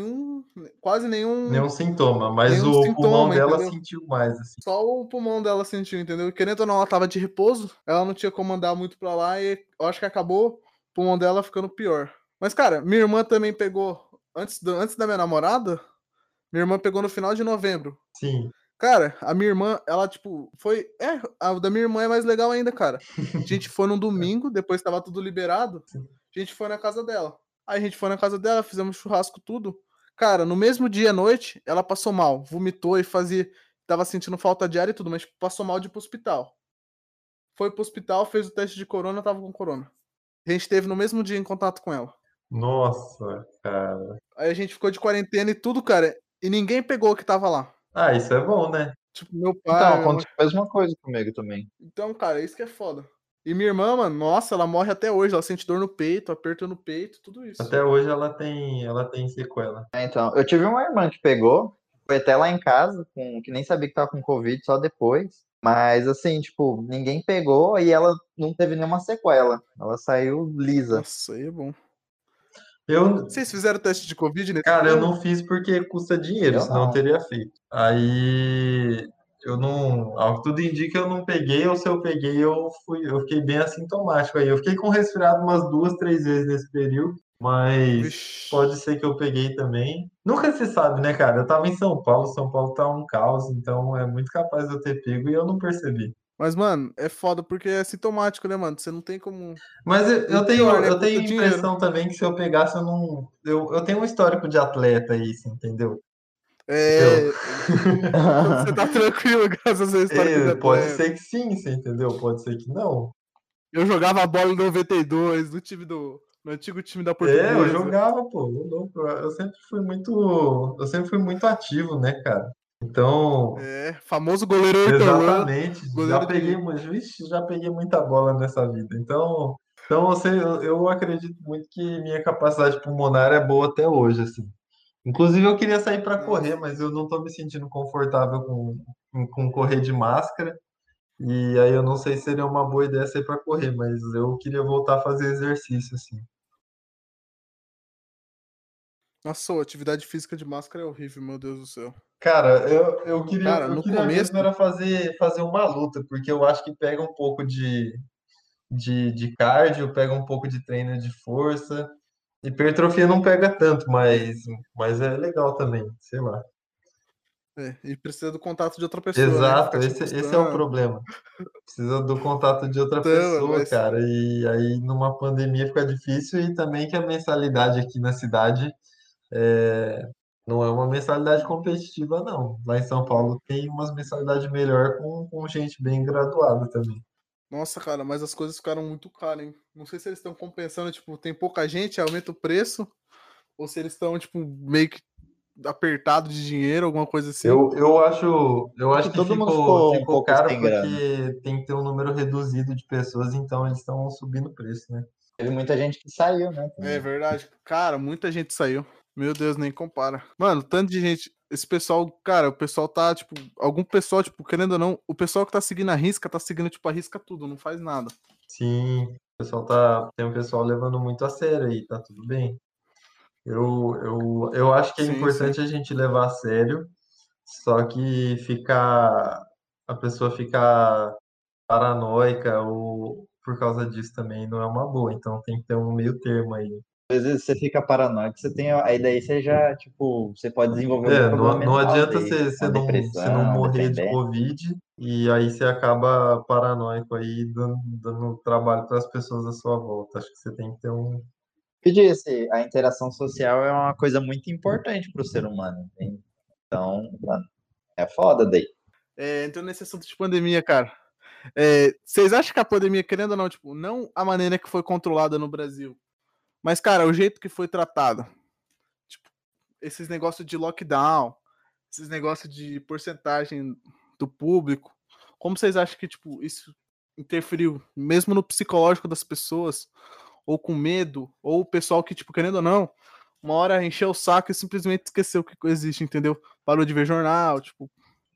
quase Nenhum sintoma, mas nenhum o pulmão sintoma, dela entendeu? sentiu mais, assim. Só o pulmão dela sentiu, entendeu? Querendo ou não, ela tava de repouso, ela não tinha como andar muito pra lá e eu acho que acabou o pulmão dela ficando pior. Mas, cara, minha irmã também pegou, antes da minha namorada, minha irmã pegou no final de novembro. Sim. Cara, a minha irmã, ela, tipo, foi. A da minha irmã é mais legal ainda, cara. A gente foi num domingo, depois tava tudo liberado, a gente foi na casa dela. Aí a gente foi na casa dela, fizemos churrasco, tudo. Cara, no mesmo dia à noite, ela passou mal, vomitou e fazia. Tava sentindo falta de ar e tudo, mas passou mal de ir pro hospital. Foi pro hospital, fez o teste de corona, tava com corona. A gente teve no mesmo dia em contato com ela. Nossa, cara. Aí a gente ficou de quarentena e tudo, cara, e ninguém pegou o que tava lá. Ah, isso é bom, né? Tipo, meu Então, pai, minha mãe. aconteceu a mesma coisa comigo também. Então, cara, isso que é foda. E minha irmã, mano, nossa, ela morre até hoje. Ela sente dor no peito, aperto no peito, tudo isso. Até hoje ela tem sequela. Então, eu tive uma irmã que pegou, foi até lá em casa, que nem sabia que tava com Covid, só depois. Mas, assim, tipo, ninguém pegou e ela não teve nenhuma sequela. Ela saiu lisa. Nossa, aí é bom. Eu, Vocês fizeram teste de Covid nesse cara, eu período? não fiz porque custa dinheiro, Eu senão eu não. teria feito. Aí eu não, ao que tudo indica, eu não peguei, ou se eu peguei, eu fiquei bem assintomático aí. Eu fiquei com resfriado umas 2, 3 vezes nesse período, mas pode Vixe. ser que eu peguei também. Nunca se sabe, né, cara? Eu tava em São Paulo tá um caos, então é muito capaz de eu ter pego e eu não percebi. Mas, mano, é foda porque é sintomático, né, mano? Você não tem como. Mas eu, E o eu pior, tenho, né? eu Custa tenho dinheiro. impressão também que se eu pegasse, eu não. Eu tenho um histórico de atleta isso, entendeu? Eu, É. Então você tá tranquilo graças ao histórico de pode atleta. ser que sim, você entendeu? Pode ser que não. Eu jogava bola em 92, no time no antigo time da Eu Portuguesa. jogava, pô, ô louco. Eu sempre fui muito ativo, né, cara? Então, É, famoso goleiro hortelã, exatamente, já goleiro peguei, de. vixe, já peguei muita bola nessa vida. Então eu acredito muito que minha capacidade pulmonar é boa até hoje, assim. Inclusive, eu queria sair para correr, Nossa. mas eu não estou me sentindo confortável com correr de máscara. E aí eu não sei se seria uma boa ideia sair para correr, mas eu queria voltar a fazer exercício, assim. Nossa, a atividade física de máscara é horrível, meu Deus do céu. Cara, eu queria, Cara, eu no queria começo, mesmo era fazer uma luta, porque eu acho que pega um pouco de cardio, pega um pouco de treino de força. Hipertrofia não pega tanto, é, mas é legal também, sei lá. e precisa do contato de outra pessoa, né? Exato, Ficar te esse é o encostando. problema. Precisa do contato de outra Então, mano, pessoa, mas. cara. E aí, numa pandemia fica difícil e também que a mensalidade aqui na cidade é, não é uma mensalidade competitiva, não. Lá em São Paulo tem umas mensalidades melhor com gente bem graduada também. Nossa, cara, mas as coisas ficaram muito caras, hein? Não sei se eles estão compensando, tipo, tem pouca gente, aumenta o preço. ou se eles estão, tipo, meio que apertado de dinheiro, alguma coisa assim. Eu acho que todo mundo ficou um ficou pouco caro sem grana. porque tem que ter um número reduzido de pessoas, então eles estão subindo o preço, né? Teve muita gente que saiu, né? É Também. verdade. Cara, muita gente saiu. Meu Deus, nem compara. Mano, tanto de gente. Esse pessoal, cara, o pessoal tá, tipo. Algum pessoal, tipo, querendo ou não, o pessoal que tá seguindo a risca, tá seguindo, tipo, a risca tudo, não faz nada. Sim, tem um pessoal levando muito a sério aí, tá tudo bem. Eu acho que é Sim, sim. importante a gente levar a sério, só que a pessoa ficar paranoica ou por causa disso também não é uma boa, então tem que ter um meio termo aí. Às vezes você fica paranoico, você tem. Aí daí você já, tipo, você pode desenvolver algum É, problema não mental, adianta daí, você uma você não depressão, morrer de dependendo. Covid e aí você acaba paranoico aí, dando trabalho para as pessoas à sua volta. Acho que você tem que ter um. Eu disse, a interação social é uma coisa muito importante para o ser humano. Entende? Então, mano, é foda daí. Entrando nesse assunto de pandemia, cara. Vocês acham que a pandemia, querendo ou não, tipo, não a maneira que foi controlada no Brasil, mas, cara, o jeito que foi tratada. Tipo, esses negócios de lockdown, esses negócios de porcentagem do público, como vocês acham que, tipo, isso interferiu, mesmo no psicológico das pessoas, ou com medo, ou o pessoal que, tipo, querendo ou não, uma hora encheu o saco e simplesmente esqueceu que existe, entendeu? Parou de ver jornal, tipo,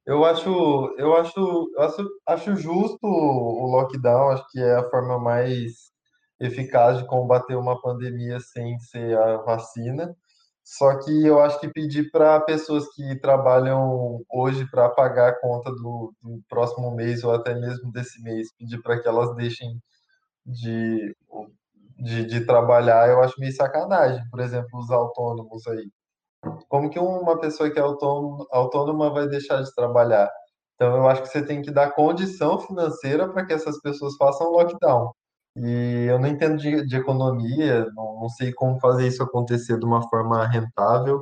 Eu acho justo o lockdown, acho que é a forma mais eficaz de combater uma pandemia sem ser a vacina. Só que eu acho que pedir para pessoas que trabalham hoje para pagar a conta do próximo mês ou até mesmo desse mês, pedir para que elas deixem de, de trabalhar, eu acho meio sacanagem. Por exemplo, os autônomos aí. Como que uma pessoa que é autônoma vai deixar de trabalhar? Então, eu acho que você tem que dar condição financeira para que essas pessoas façam lockdown. E eu não entendo de economia, não sei como fazer isso acontecer de uma forma rentável,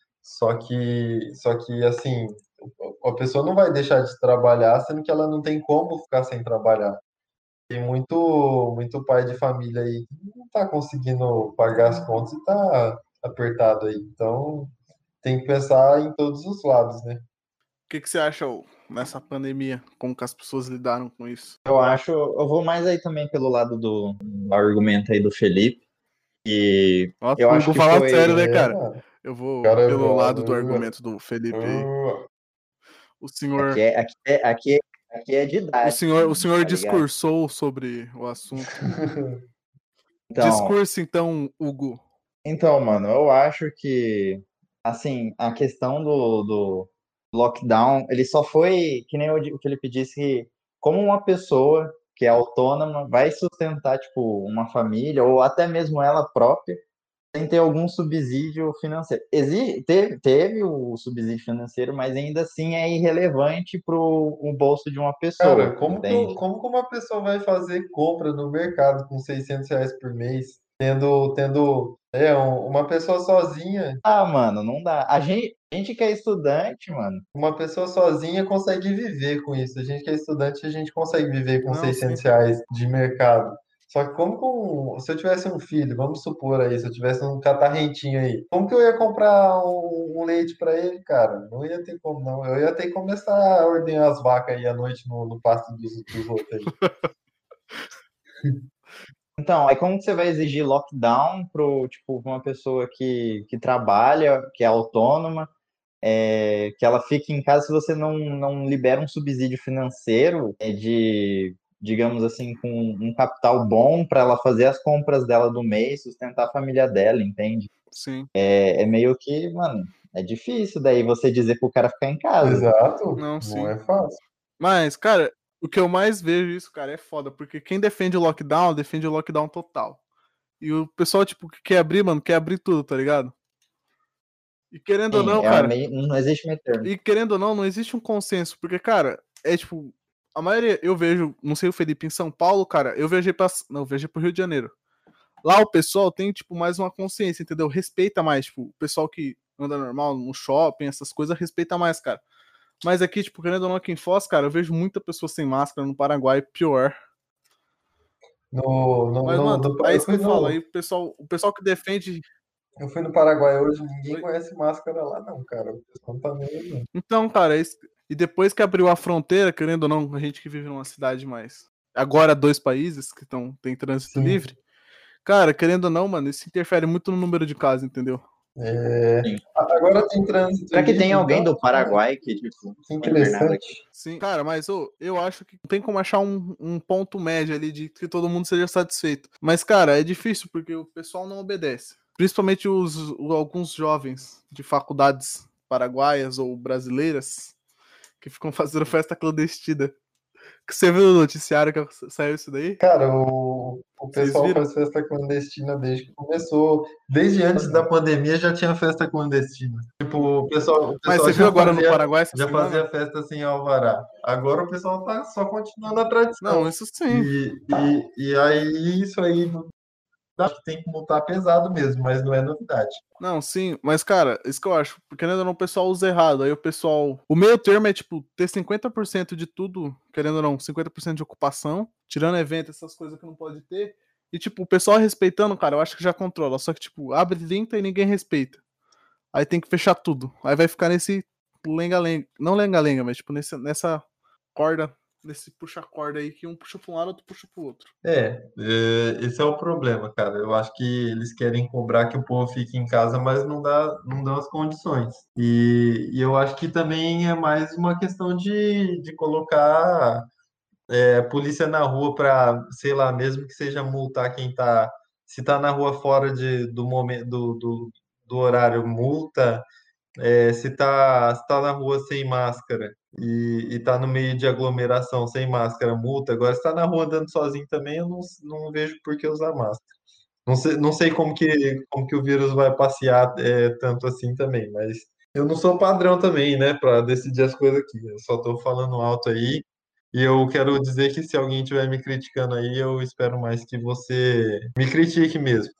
só que assim, a pessoa não vai deixar de trabalhar, sendo que ela não tem como ficar sem trabalhar. Tem muito pai de família aí que não está conseguindo pagar as contas e está apertado aí. Então, tem que pensar em todos os lados, né? o que você acha, ô, nessa pandemia? Como que as pessoas lidaram com isso? Eu vou mais aí também pelo lado do argumento aí do Felipe, e Nossa, eu o acho Hugo que fala foi. sério, né, cara? Mano. Eu O vou cara pelo lado do fala. argumento do Felipe aí. "Uh, O Aqui senhor, é, aqui é, aqui é, aqui é didático, o mano, senhor tá ligado? discursou sobre o assunto. Então, Discurso, então, Hugo. mano, eu acho que, assim, a questão do lockdown, ele só foi, que nem o Felipe disse, que como uma pessoa que é autônoma vai sustentar, tipo, uma família, ou até mesmo ela própria, sem ter algum subsídio financeiro. Teve o subsídio financeiro, mas ainda assim é irrelevante para o bolso de uma Cara, pessoa, como entende? que uma pessoa vai fazer compra no mercado com R$ 600 por mês, tendo uma pessoa sozinha, Ah, mano, não dá. A gente que é estudante, mano. uma pessoa sozinha consegue viver com isso. A gente que é estudante, a gente consegue viver com Não, sim. R$ 600 de mercado. Só que se eu tivesse um filho, vamos supor aí, se eu tivesse um catarrentinho aí, como que eu ia comprar um leite para ele, cara? Não ia ter como, não. Eu ia ter que começar a ordenhar as vacas aí à noite no pasto dos outros aí. Então, aí como que você vai exigir lockdown tipo, pra uma pessoa que trabalha, que é autônoma, que ela fique em casa se você não libera um subsídio financeiro digamos assim, com um capital bom para ela fazer as compras dela do mês, sustentar a família dela, entende? Sim. É meio que, mano, é difícil daí você dizer pro cara ficar em casa. Exato, Não, não sim. é fácil. Mas, cara, o que eu mais vejo isso, cara, é foda, porque quem defende o lockdown total. E o pessoal, tipo, que quer abrir, mano, quer abrir tudo, tá ligado? E querendo ou Sim, não, cara, não existe meio termo. e querendo ou não, não existe um consenso, porque, cara, é tipo, a maioria, eu vejo, não sei o Felipe, em São Paulo, cara, eu viajei pro Rio de Janeiro. Lá o pessoal tem, tipo, mais uma consciência, entendeu? Respeita mais, tipo, o pessoal que anda normal no shopping, essas coisas, respeita mais, cara. Mas aqui, tipo, querendo ou não, aqui em Foz, cara, eu vejo muita pessoa sem máscara, no Paraguai, pior. No, no, Mas, no, mano, no- é eu isso que fui eu falo, aí no, o pessoal que defende. Eu fui no Paraguai hoje, ninguém Oi? conhece máscara lá, não, cara. O pessoal não tá nem aí, não. Então, cara, e depois que abriu a fronteira, querendo ou não, a gente que vive numa cidade mais. Agora, 2 países que tem trânsito Sim. livre. Cara, querendo ou não, mano, isso interfere muito no número de casos, entendeu? Sim. Agora tem trânsito Será que livre, tem alguém então, do Paraguai que, tipo, que foi interessante. internamente? Sim, cara, mas eu acho que tem como achar um ponto médio ali de que todo mundo seja satisfeito. Mas, cara, é difícil porque o pessoal não obedece. Principalmente alguns jovens de faculdades paraguaias ou brasileiras que ficam fazendo festa clandestina. Que você viu no noticiário que saiu isso daí? Cara, o Vocês pessoal viram? faz festa clandestina desde que começou. Desde antes da pandemia já tinha festa clandestina. Tipo, o Mas pessoal você viu agora no Paraguai essa já semana? fazia festa sem alvará. Agora o pessoal tá só continuando a tradição. Não, isso sim. E aí isso aí acho que tem que multar pesado mesmo, mas não é novidade. Não, sim, mas cara, isso que eu acho, querendo ou não, o pessoal usa errado. Aí o pessoal. O meio termo é, tipo, ter 50% de tudo, querendo ou não, 50% de ocupação, tirando evento, essas coisas que não pode ter. E, tipo, o pessoal respeitando, cara, eu acho que já controla. Só que, tipo, abre 30 e ninguém respeita. Aí tem que fechar tudo. Aí vai ficar nesse lenga-lenga. Não lenga-lenga, mas, tipo, nessa corda, nesse puxa-corda aí, que um puxa pra um lado, outro puxa pro outro. Esse é o problema, cara. Eu acho que eles querem cobrar que o povo fique em casa, mas não dão as condições. E eu acho que também é mais uma questão de colocar polícia na rua para, sei lá, mesmo que seja multar quem tá, se tá na rua fora do momento do horário, multa. Se tá na rua sem máscara e tá no meio de aglomeração sem máscara, multa. Agora, se tá na rua andando sozinho também, eu não vejo por que usar máscara. Não sei como que o vírus vai passear tanto assim também, mas eu não sou padrão também, né, para decidir as coisas aqui. Eu só tô falando alto aí. E eu quero dizer que se alguém estiver me criticando aí, eu espero mais que você me critique mesmo.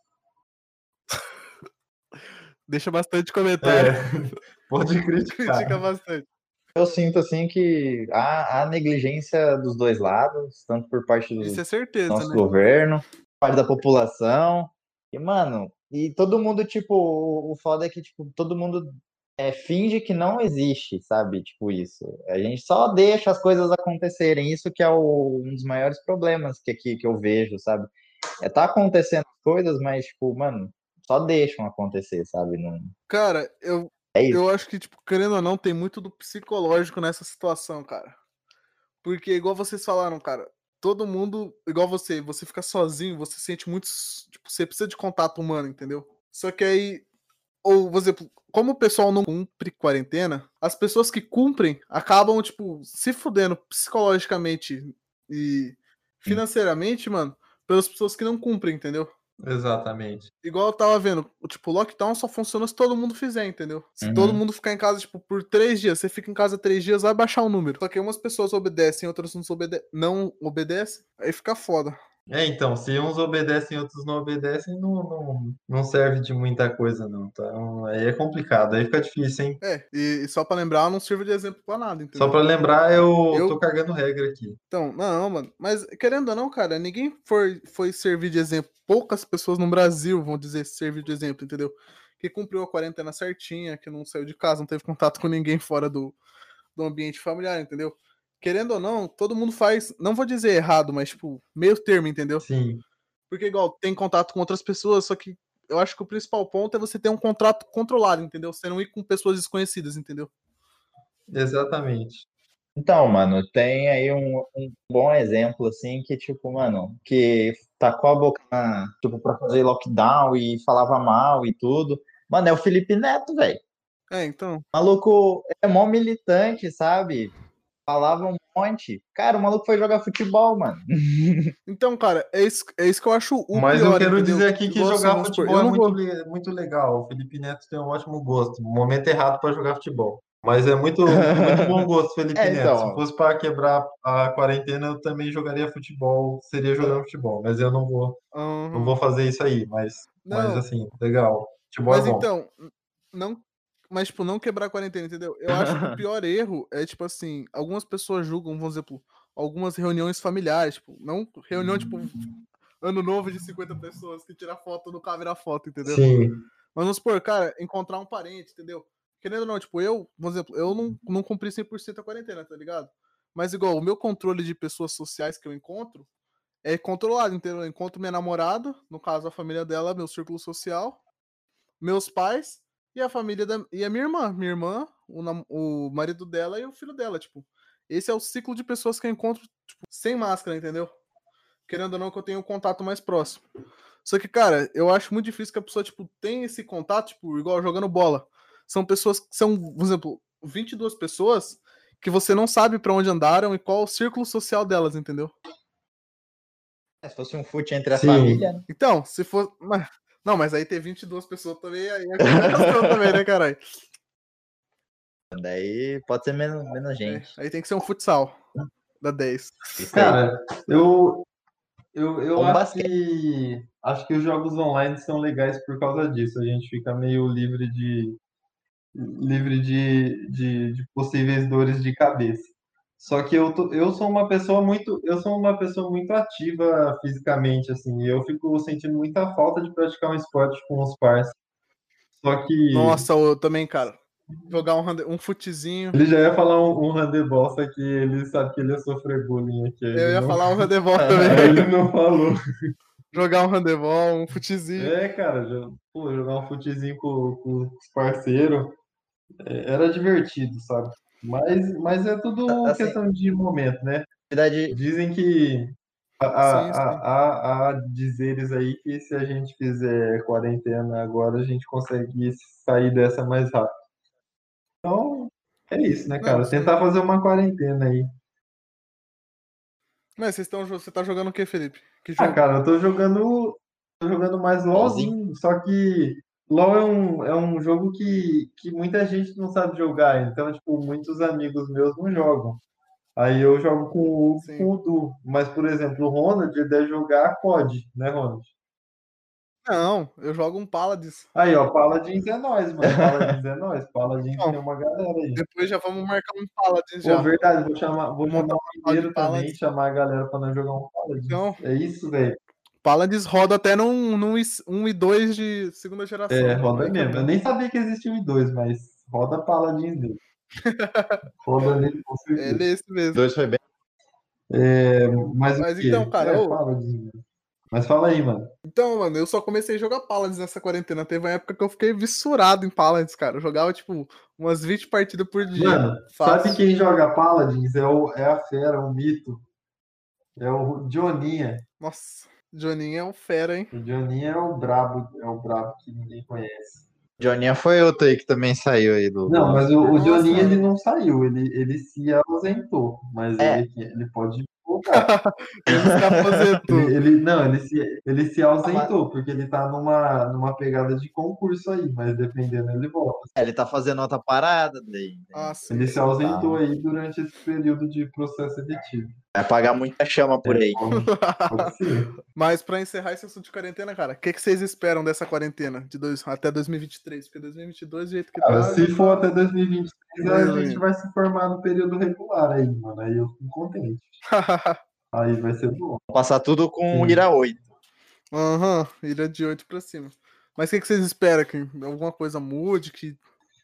Deixa bastante comentário. É, pode criticar. Critica bastante. Eu sinto, assim, que há negligência dos dois lados, tanto por parte Isso do é certeza, nosso né? governo, parte da população. E, mano, e todo mundo, tipo, o foda é que, tipo, todo mundo finge que não existe, sabe? Tipo, isso. A gente só deixa as coisas acontecerem. Isso que é um dos maiores problemas que eu vejo, sabe? Tá acontecendo coisas, mas, tipo, mano, só deixam acontecer, sabe? Não, Cara, eu, é eu isso. acho que, tipo, querendo ou não, tem muito do psicológico nessa situação, cara. Porque, igual vocês falaram, cara, todo mundo, igual você fica sozinho, você sente muito. Tipo, você precisa de contato humano, entendeu? Só que aí, ou, por exemplo, como o pessoal não cumpre quarentena, as pessoas que cumprem acabam, tipo, se fudendo psicologicamente e financeiramente, mano, pelas pessoas que não cumprem, entendeu? Exatamente. Igual eu tava vendo, tipo, o lockdown só funciona se todo mundo fizer, entendeu? Se todo Uhum. mundo ficar em casa, tipo, por 3 dias, você fica em casa 3 dias, vai baixar o número. Só que umas pessoas obedecem, outras não obedecem, aí fica foda. Então, se uns obedecem e outros não obedecem, não serve de muita coisa, não. Então, aí é complicado, aí fica difícil, hein? E só pra lembrar, não sirva de exemplo pra nada, Só entendeu? para lembrar, eu tô Eu, cagando regra aqui. então, não, mano, mas querendo ou não, cara, ninguém foi servir de exemplo. Poucas pessoas no Brasil vão dizer servir de exemplo, entendeu? Que cumpriu a quarentena certinha, que não saiu de casa, não teve contato com ninguém fora do ambiente familiar, entendeu? Querendo ou não, todo mundo faz, não vou dizer errado, mas tipo, meio termo, entendeu? Sim, Porque igual tem contato com outras pessoas, só que eu acho que o principal ponto é você ter um contrato controlado, entendeu? Você não ir com pessoas desconhecidas, entendeu? exatamente. Então, mano, tem aí um bom exemplo, assim, que, tipo, mano, que tacou a boca, tipo, pra fazer lockdown e falava mal e tudo. Mano, é o Felipe Neto, velho. Então. O maluco é mó militante, sabe? Falava um monte. Cara, o maluco foi jogar futebol, mano. Então, cara, é isso que eu acho o Mas eu pior, quero entendeu? dizer aqui que Igual assim, jogar vamos supor, futebol eu é não vou. muito legal. O Felipe Neto tem um ótimo gosto. No momento errado para jogar futebol. Mas é muito bom gosto, Felipe Neto. Se Então, fosse para quebrar a quarentena, eu também jogaria futebol, seria jogando futebol. Mas eu não vou Aham. fazer isso aí. Mas Não, assim, legal. Futebol é mas bom. então, não. Mas, tipo, não quebrar a quarentena, entendeu? Eu acho que o pior erro é, tipo assim, algumas pessoas julgam, vamos dizer, tipo, algumas reuniões familiares, tipo, não reunião, tipo, ano novo de 50 pessoas que tira foto no câmera foto, entendeu? Sim. Mas vamos supor, cara, encontrar um parente, entendeu? Querendo ou não, tipo, por exemplo, eu não cumpri 100% a quarentena, tá ligado? Mas igual, o meu controle de pessoas sociais que eu encontro é controlado, entendeu? Eu encontro minha namorada, no caso a família dela, meu círculo social, meus pais e a família e a minha irmã. Minha irmã, o marido dela e o filho dela, tipo. Esse é o ciclo de pessoas que eu encontro, tipo, sem máscara, entendeu? Querendo ou não, que eu tenho um contato mais próximo. Só que, cara, eu acho muito difícil que a pessoa, tipo, tenha esse contato, tipo, igual jogando bola. São pessoas que são, por exemplo, 22 pessoas que você não sabe pra onde andaram e qual o círculo social delas, entendeu? Se fosse um fute entre a Sim. família, né? Então, se for. Não, mas aí ter 22 pessoas também, aí é complicação também, né, caralho? Daí pode ser menos gente. Aí tem que ser um futsal da 10. Isso aí. Cara, eu Um acho basquete. que os jogos online são legais por causa disso. A gente fica meio livre de possíveis dores de cabeça. Só que eu sou uma pessoa muito ativa fisicamente, assim, e eu fico sentindo muita falta de praticar um esporte com os parceiros. Só que Nossa, eu também, cara. Jogar um futezinho. ele já ia falar um handebol, só que ele sabe que ele ia sofrer bullying aqui. Eu Ele ia não, falar um handebol aí também. ele não falou. Jogar um handebol, um futezinho. Cara, jogar um futezinho com os parceiros era divertido, sabe? Mas é tudo Assim, questão de momento, né? atividade. Dizem que Sim, sim. há dizeres aí que se a gente fizer quarentena agora, a gente consegue sair dessa mais rápido. Então, é isso, né, Não, cara? sim. Tentar fazer uma quarentena aí. Mas você tá jogando o que, Felipe? Que jogo? Cara, eu tô jogando mais LOLzinho. LoLzinho, só que LoL é um jogo que muita gente não sabe jogar, então, tipo, muitos amigos meus não jogam. Aí eu jogo com Sim. o Du. Mas, por exemplo, o Ronald, ele deve jogar COD, né, Ronald? Não, eu jogo um Paladins. Aí, ó, Paladins é nós, mano. Paladins é nós. Paladins Então, tem uma galera aí. depois já vamos marcar um Paladins Pô, já. verdade, vou chamar Montar o uma sala de Mineiro também, Paladins. chamar a galera pra nós jogar um Paladins. Então, É isso, velho. Paladins roda até num 1 e 2 de segunda geração. Roda Aí que é mesmo. Eu bom. nem sabia que existia o I2, mas roda Paladins dele. Roda nele com Ele certeza. é esse mesmo. Dois foi bem. Mas o Mas então, quê? cara, Paladins mesmo. Mas fala aí, mano. então, mano, eu só comecei a jogar Paladins nessa quarentena. Teve uma época que eu fiquei vissurado em Paladins, cara. Eu jogava, tipo, umas 20 partidas por dia. Mano, sabe Fácil. quem joga Paladins? É a fera, o mito. É o Joninha. Nossa, Joninho é um fera, hein? O Joninha é o brabo que ninguém conhece. Joninha foi outro aí que também saiu aí do Não, LOL. mas o Nossa, Joninha ele mano. não saiu, ele se ausentou, mas É, ele pode voltar. Ele se aposentou. Não, ele se mas ausentou, porque ele tá numa pegada de concurso aí, mas dependendo ele volta. ele tá fazendo outra parada daí. Ah, sim, Ele se sim. ausentou aí durante esse período de processo seletivo. Vai pagar muita chama por aí. Pode ser. Mas pra encerrar esse assunto de quarentena, cara, o que vocês esperam dessa quarentena até 2023? Porque 2022, do jeito que Cara, tá, se já for tá até 2023, a ruim, gente ruim. vai se formar no período regular aí, mano. Aí eu fico contente. Aí vai ser bom. Vou passar tudo com Sim. Ira 8. Aham, ilha de 8 pra cima. Mas o que vocês esperam? Que alguma coisa mude? Que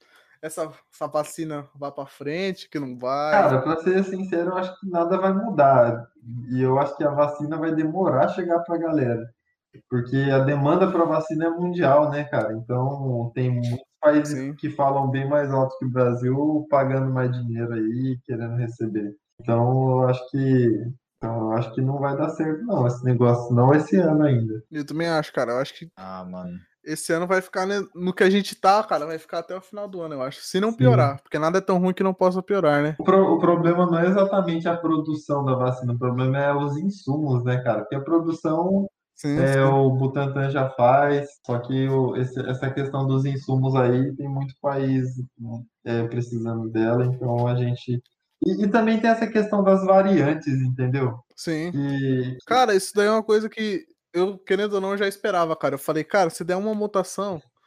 essa vacina vá pra frente? Que não vai? Cara, pra ser sincero, eu acho que nada vai mudar. E eu acho que a vacina vai demorar a chegar pra galera. Porque a demanda para vacina é mundial, né, cara? Então, tem muitos países Sim. que falam bem mais alto que o Brasil, pagando mais dinheiro aí, querendo receber. Então, eu acho que não vai dar certo, não, esse negócio, não esse ano ainda. Eu também acho, cara. Eu acho que Ah, mano. esse ano vai ficar no que a gente tá, cara. Vai ficar até o final do ano, eu acho. Se não Sim. piorar. Porque nada é tão ruim que não possa piorar, né? O problema não é exatamente a produção da vacina, o problema é os insumos, né, cara? Porque a produção Sim, sim. o Butantan já faz, só que essa questão dos insumos aí tem muito país precisando dela, então a gente. E também tem essa questão das variantes, entendeu? Sim. Que, Cara, isso daí é uma coisa que eu, querendo ou não, já esperava, cara. Eu falei, cara, se der uma mutação,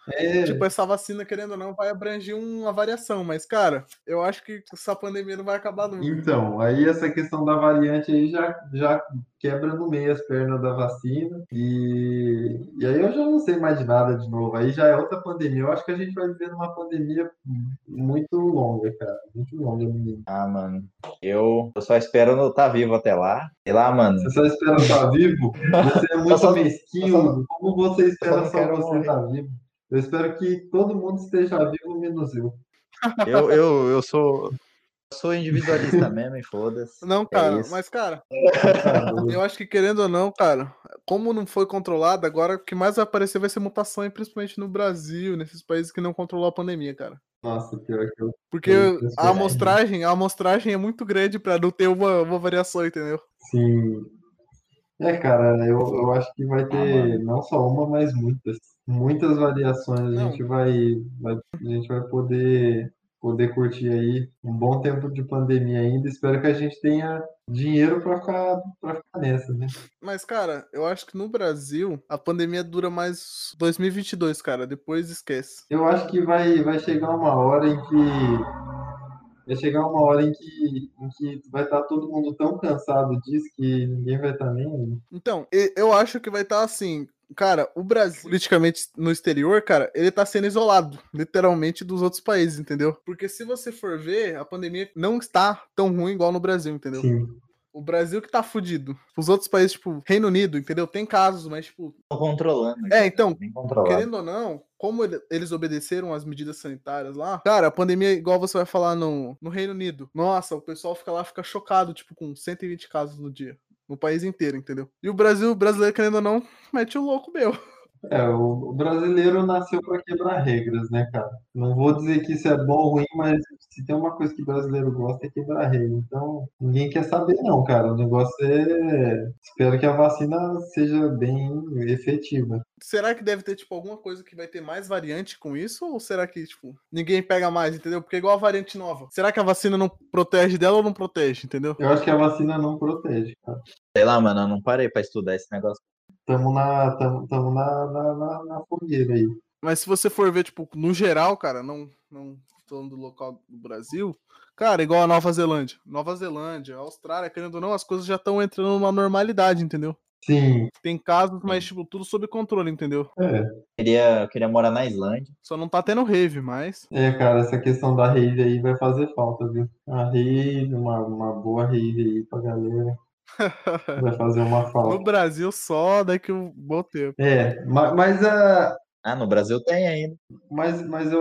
Tipo, essa vacina, querendo ou não, vai abranger uma variação. Mas, cara, eu acho que essa pandemia não vai acabar nunca. Então, aí essa questão da variante aí já quebra no meio as pernas da vacina e aí eu já não sei mais de nada de novo. Aí já é outra pandemia. Eu acho que a gente vai viver numa pandemia muito longa, cara. Muito longa, menino. Ah, mano. Eu só espero não estar vivo até lá. Sei lá, mano. Você só espera estar vivo? Você é muito mesquinho. Como você Eu só espera não só quero você morrer. estar vivo? Eu espero que todo mundo esteja vivo, menos eu. Eu sou individualista mesmo e foda-se. Não, É cara, isso. mas, cara, Tá doido. eu acho que querendo ou não, cara, como não foi controlado, agora o que mais vai aparecer vai ser mutação, e principalmente no Brasil, nesses países que não controlou a pandemia, cara. Nossa, pior que eu Porque penso a assim. amostragem é muito grande pra não ter uma variação, entendeu? Sim. Cara, eu acho que vai Ah, ter mano. não só uma, mas muitas. Muitas variações. Não, A gente vai poder curtir aí um bom tempo de pandemia ainda. Espero que a gente tenha dinheiro para ficar nessa, né? mas, cara, eu acho que no Brasil a pandemia dura mais 2022, cara. Depois esquece. Eu acho que vai chegar uma hora em que vai estar todo mundo tão cansado disso que ninguém vai estar nem aí. Então, eu acho que vai estar assim. Cara, o Brasil, politicamente no exterior, cara, ele tá sendo isolado, literalmente, dos outros países, entendeu? Porque se você for ver, a pandemia não está tão ruim igual no Brasil, entendeu? Sim, O Brasil que tá fudido. Os outros países, tipo, Reino Unido, entendeu? Tem casos, mas, tipo. Tô controlando. Então, Bem controlado. querendo ou não, como eles obedeceram as medidas sanitárias lá, cara, a pandemia, igual você vai falar no Reino Unido. Nossa, o pessoal fica lá, fica chocado, tipo, com 120 casos no dia. No país inteiro, entendeu? E o brasileiro, querendo ou não, mete o louco meu. o brasileiro nasceu para quebrar regras, né, cara? Não vou dizer que isso é bom ou ruim, mas se tem uma coisa que brasileiro gosta é quebrar regra. Então, ninguém quer saber, não, cara. O negócio é. Espero que a vacina seja bem efetiva. Será que deve ter, tipo, alguma coisa que vai ter mais variante com isso? Ou será que, tipo, ninguém pega mais, entendeu? Porque é igual a variante nova. Será que a vacina não protege dela ou não protege, entendeu? Eu acho que a vacina não protege, cara. Sei lá, mano, eu não parei pra estudar esse negócio. Tamo na fogueira aí. Mas se você for ver, tipo, no geral, cara, não falando do local do Brasil, cara, igual a Nova Zelândia. Nova Zelândia, Austrália, querendo ou não, as coisas já estão entrando numa normalidade, entendeu? Sim, Tem casos, mas, Sim. tipo, tudo sob controle, entendeu? Eu queria morar na Islândia. Só não tá tendo rave, mas. cara, essa questão da rave aí vai fazer falta, viu? A rave, uma boa rave aí pra galera, vai fazer uma No falta. Brasil, só daqui um bom tempo. Ah, no Brasil tem ainda. Mas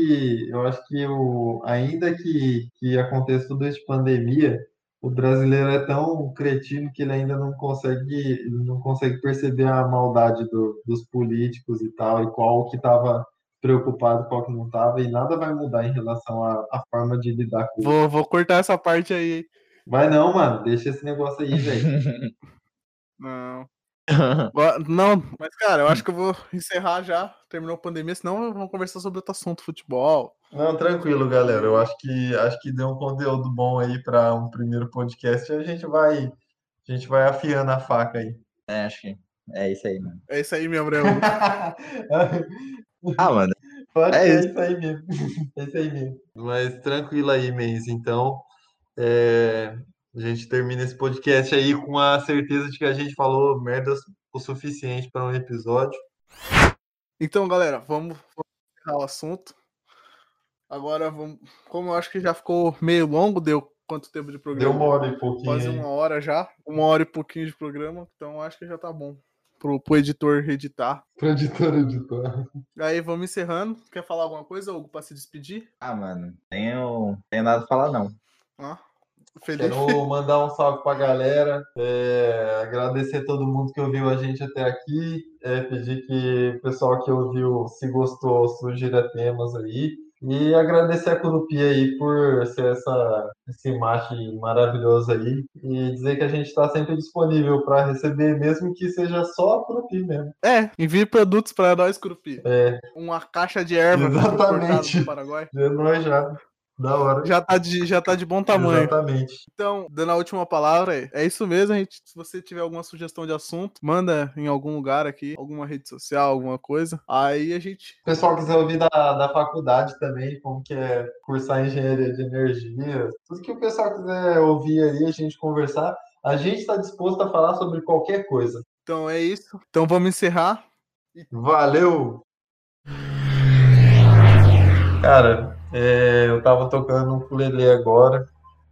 ainda que aconteça tudo isso de pandemia, o brasileiro é tão cretino que ele ainda não consegue perceber a maldade dos políticos e tal, e qual que estava preocupado, qual que não estava, e nada vai mudar em relação à forma de lidar com isso. Vou cortar essa parte aí, hein? Vai não, mano, deixa esse negócio aí, velho. Não. Não, mas, cara, eu acho que eu vou encerrar já. Terminou a pandemia, senão vamos conversar sobre outro assunto, futebol. Não, tranquilo, galera. Eu acho que deu um conteúdo bom aí para um primeiro podcast. A gente vai afiando a faca aí. Acho que é isso aí, mano. É isso aí, meu Abreu. Ah, mano, Pode é ser isso. isso aí mesmo. É isso aí mesmo. Mas tranquilo aí, Menz. Então, é, a gente termina esse podcast aí com a certeza de que a gente falou merdas o suficiente para um episódio. Então, galera, vamos encerrar o assunto. Agora vamos. Como eu acho que já ficou meio longo, deu quanto tempo de Deu programa? uma hora e pouquinho Quase aí. uma hora já. Uma hora e pouquinho de programa. Então acho que já tá bom. Pro editor editar. Para editor. Aí vamos encerrando. Quer falar alguma coisa, Hugo, pra se despedir? Ah, mano, tenho nada a falar, não. Ah, Felipe. Quero mandar um salve para a galera, agradecer todo mundo que ouviu a gente até aqui, pedir que o pessoal que ouviu, se gostou, sugira temas aí, e agradecer a Curupia aí por ser esse macho maravilhoso aí, e dizer que a gente está sempre disponível para receber, mesmo que seja só a Curupia mesmo. Envie produtos para nós, Curupi. É, Uma caixa de erva exatamente. importada do Paraguai. É nóis já. Da hora. Já tá de bom tamanho. Exatamente. Então, dando a última palavra, é isso mesmo, gente. Se você tiver alguma sugestão de assunto, manda em algum lugar aqui, alguma rede social, alguma coisa. Aí a gente... Se o pessoal quiser ouvir da faculdade também, como que é cursar engenharia de energia, tudo que o pessoal quiser ouvir aí, a gente conversar, a gente está disposto a falar sobre qualquer coisa. Então é isso. Então vamos encerrar. Valeu! Cara, eu tava tocando um ukulele agora,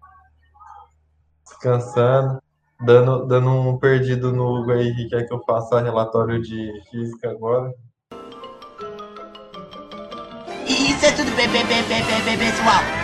descansando, dando um perdido no Hugo aí que quer que eu faça relatório de física agora. Isso é tudo bem, pessoal.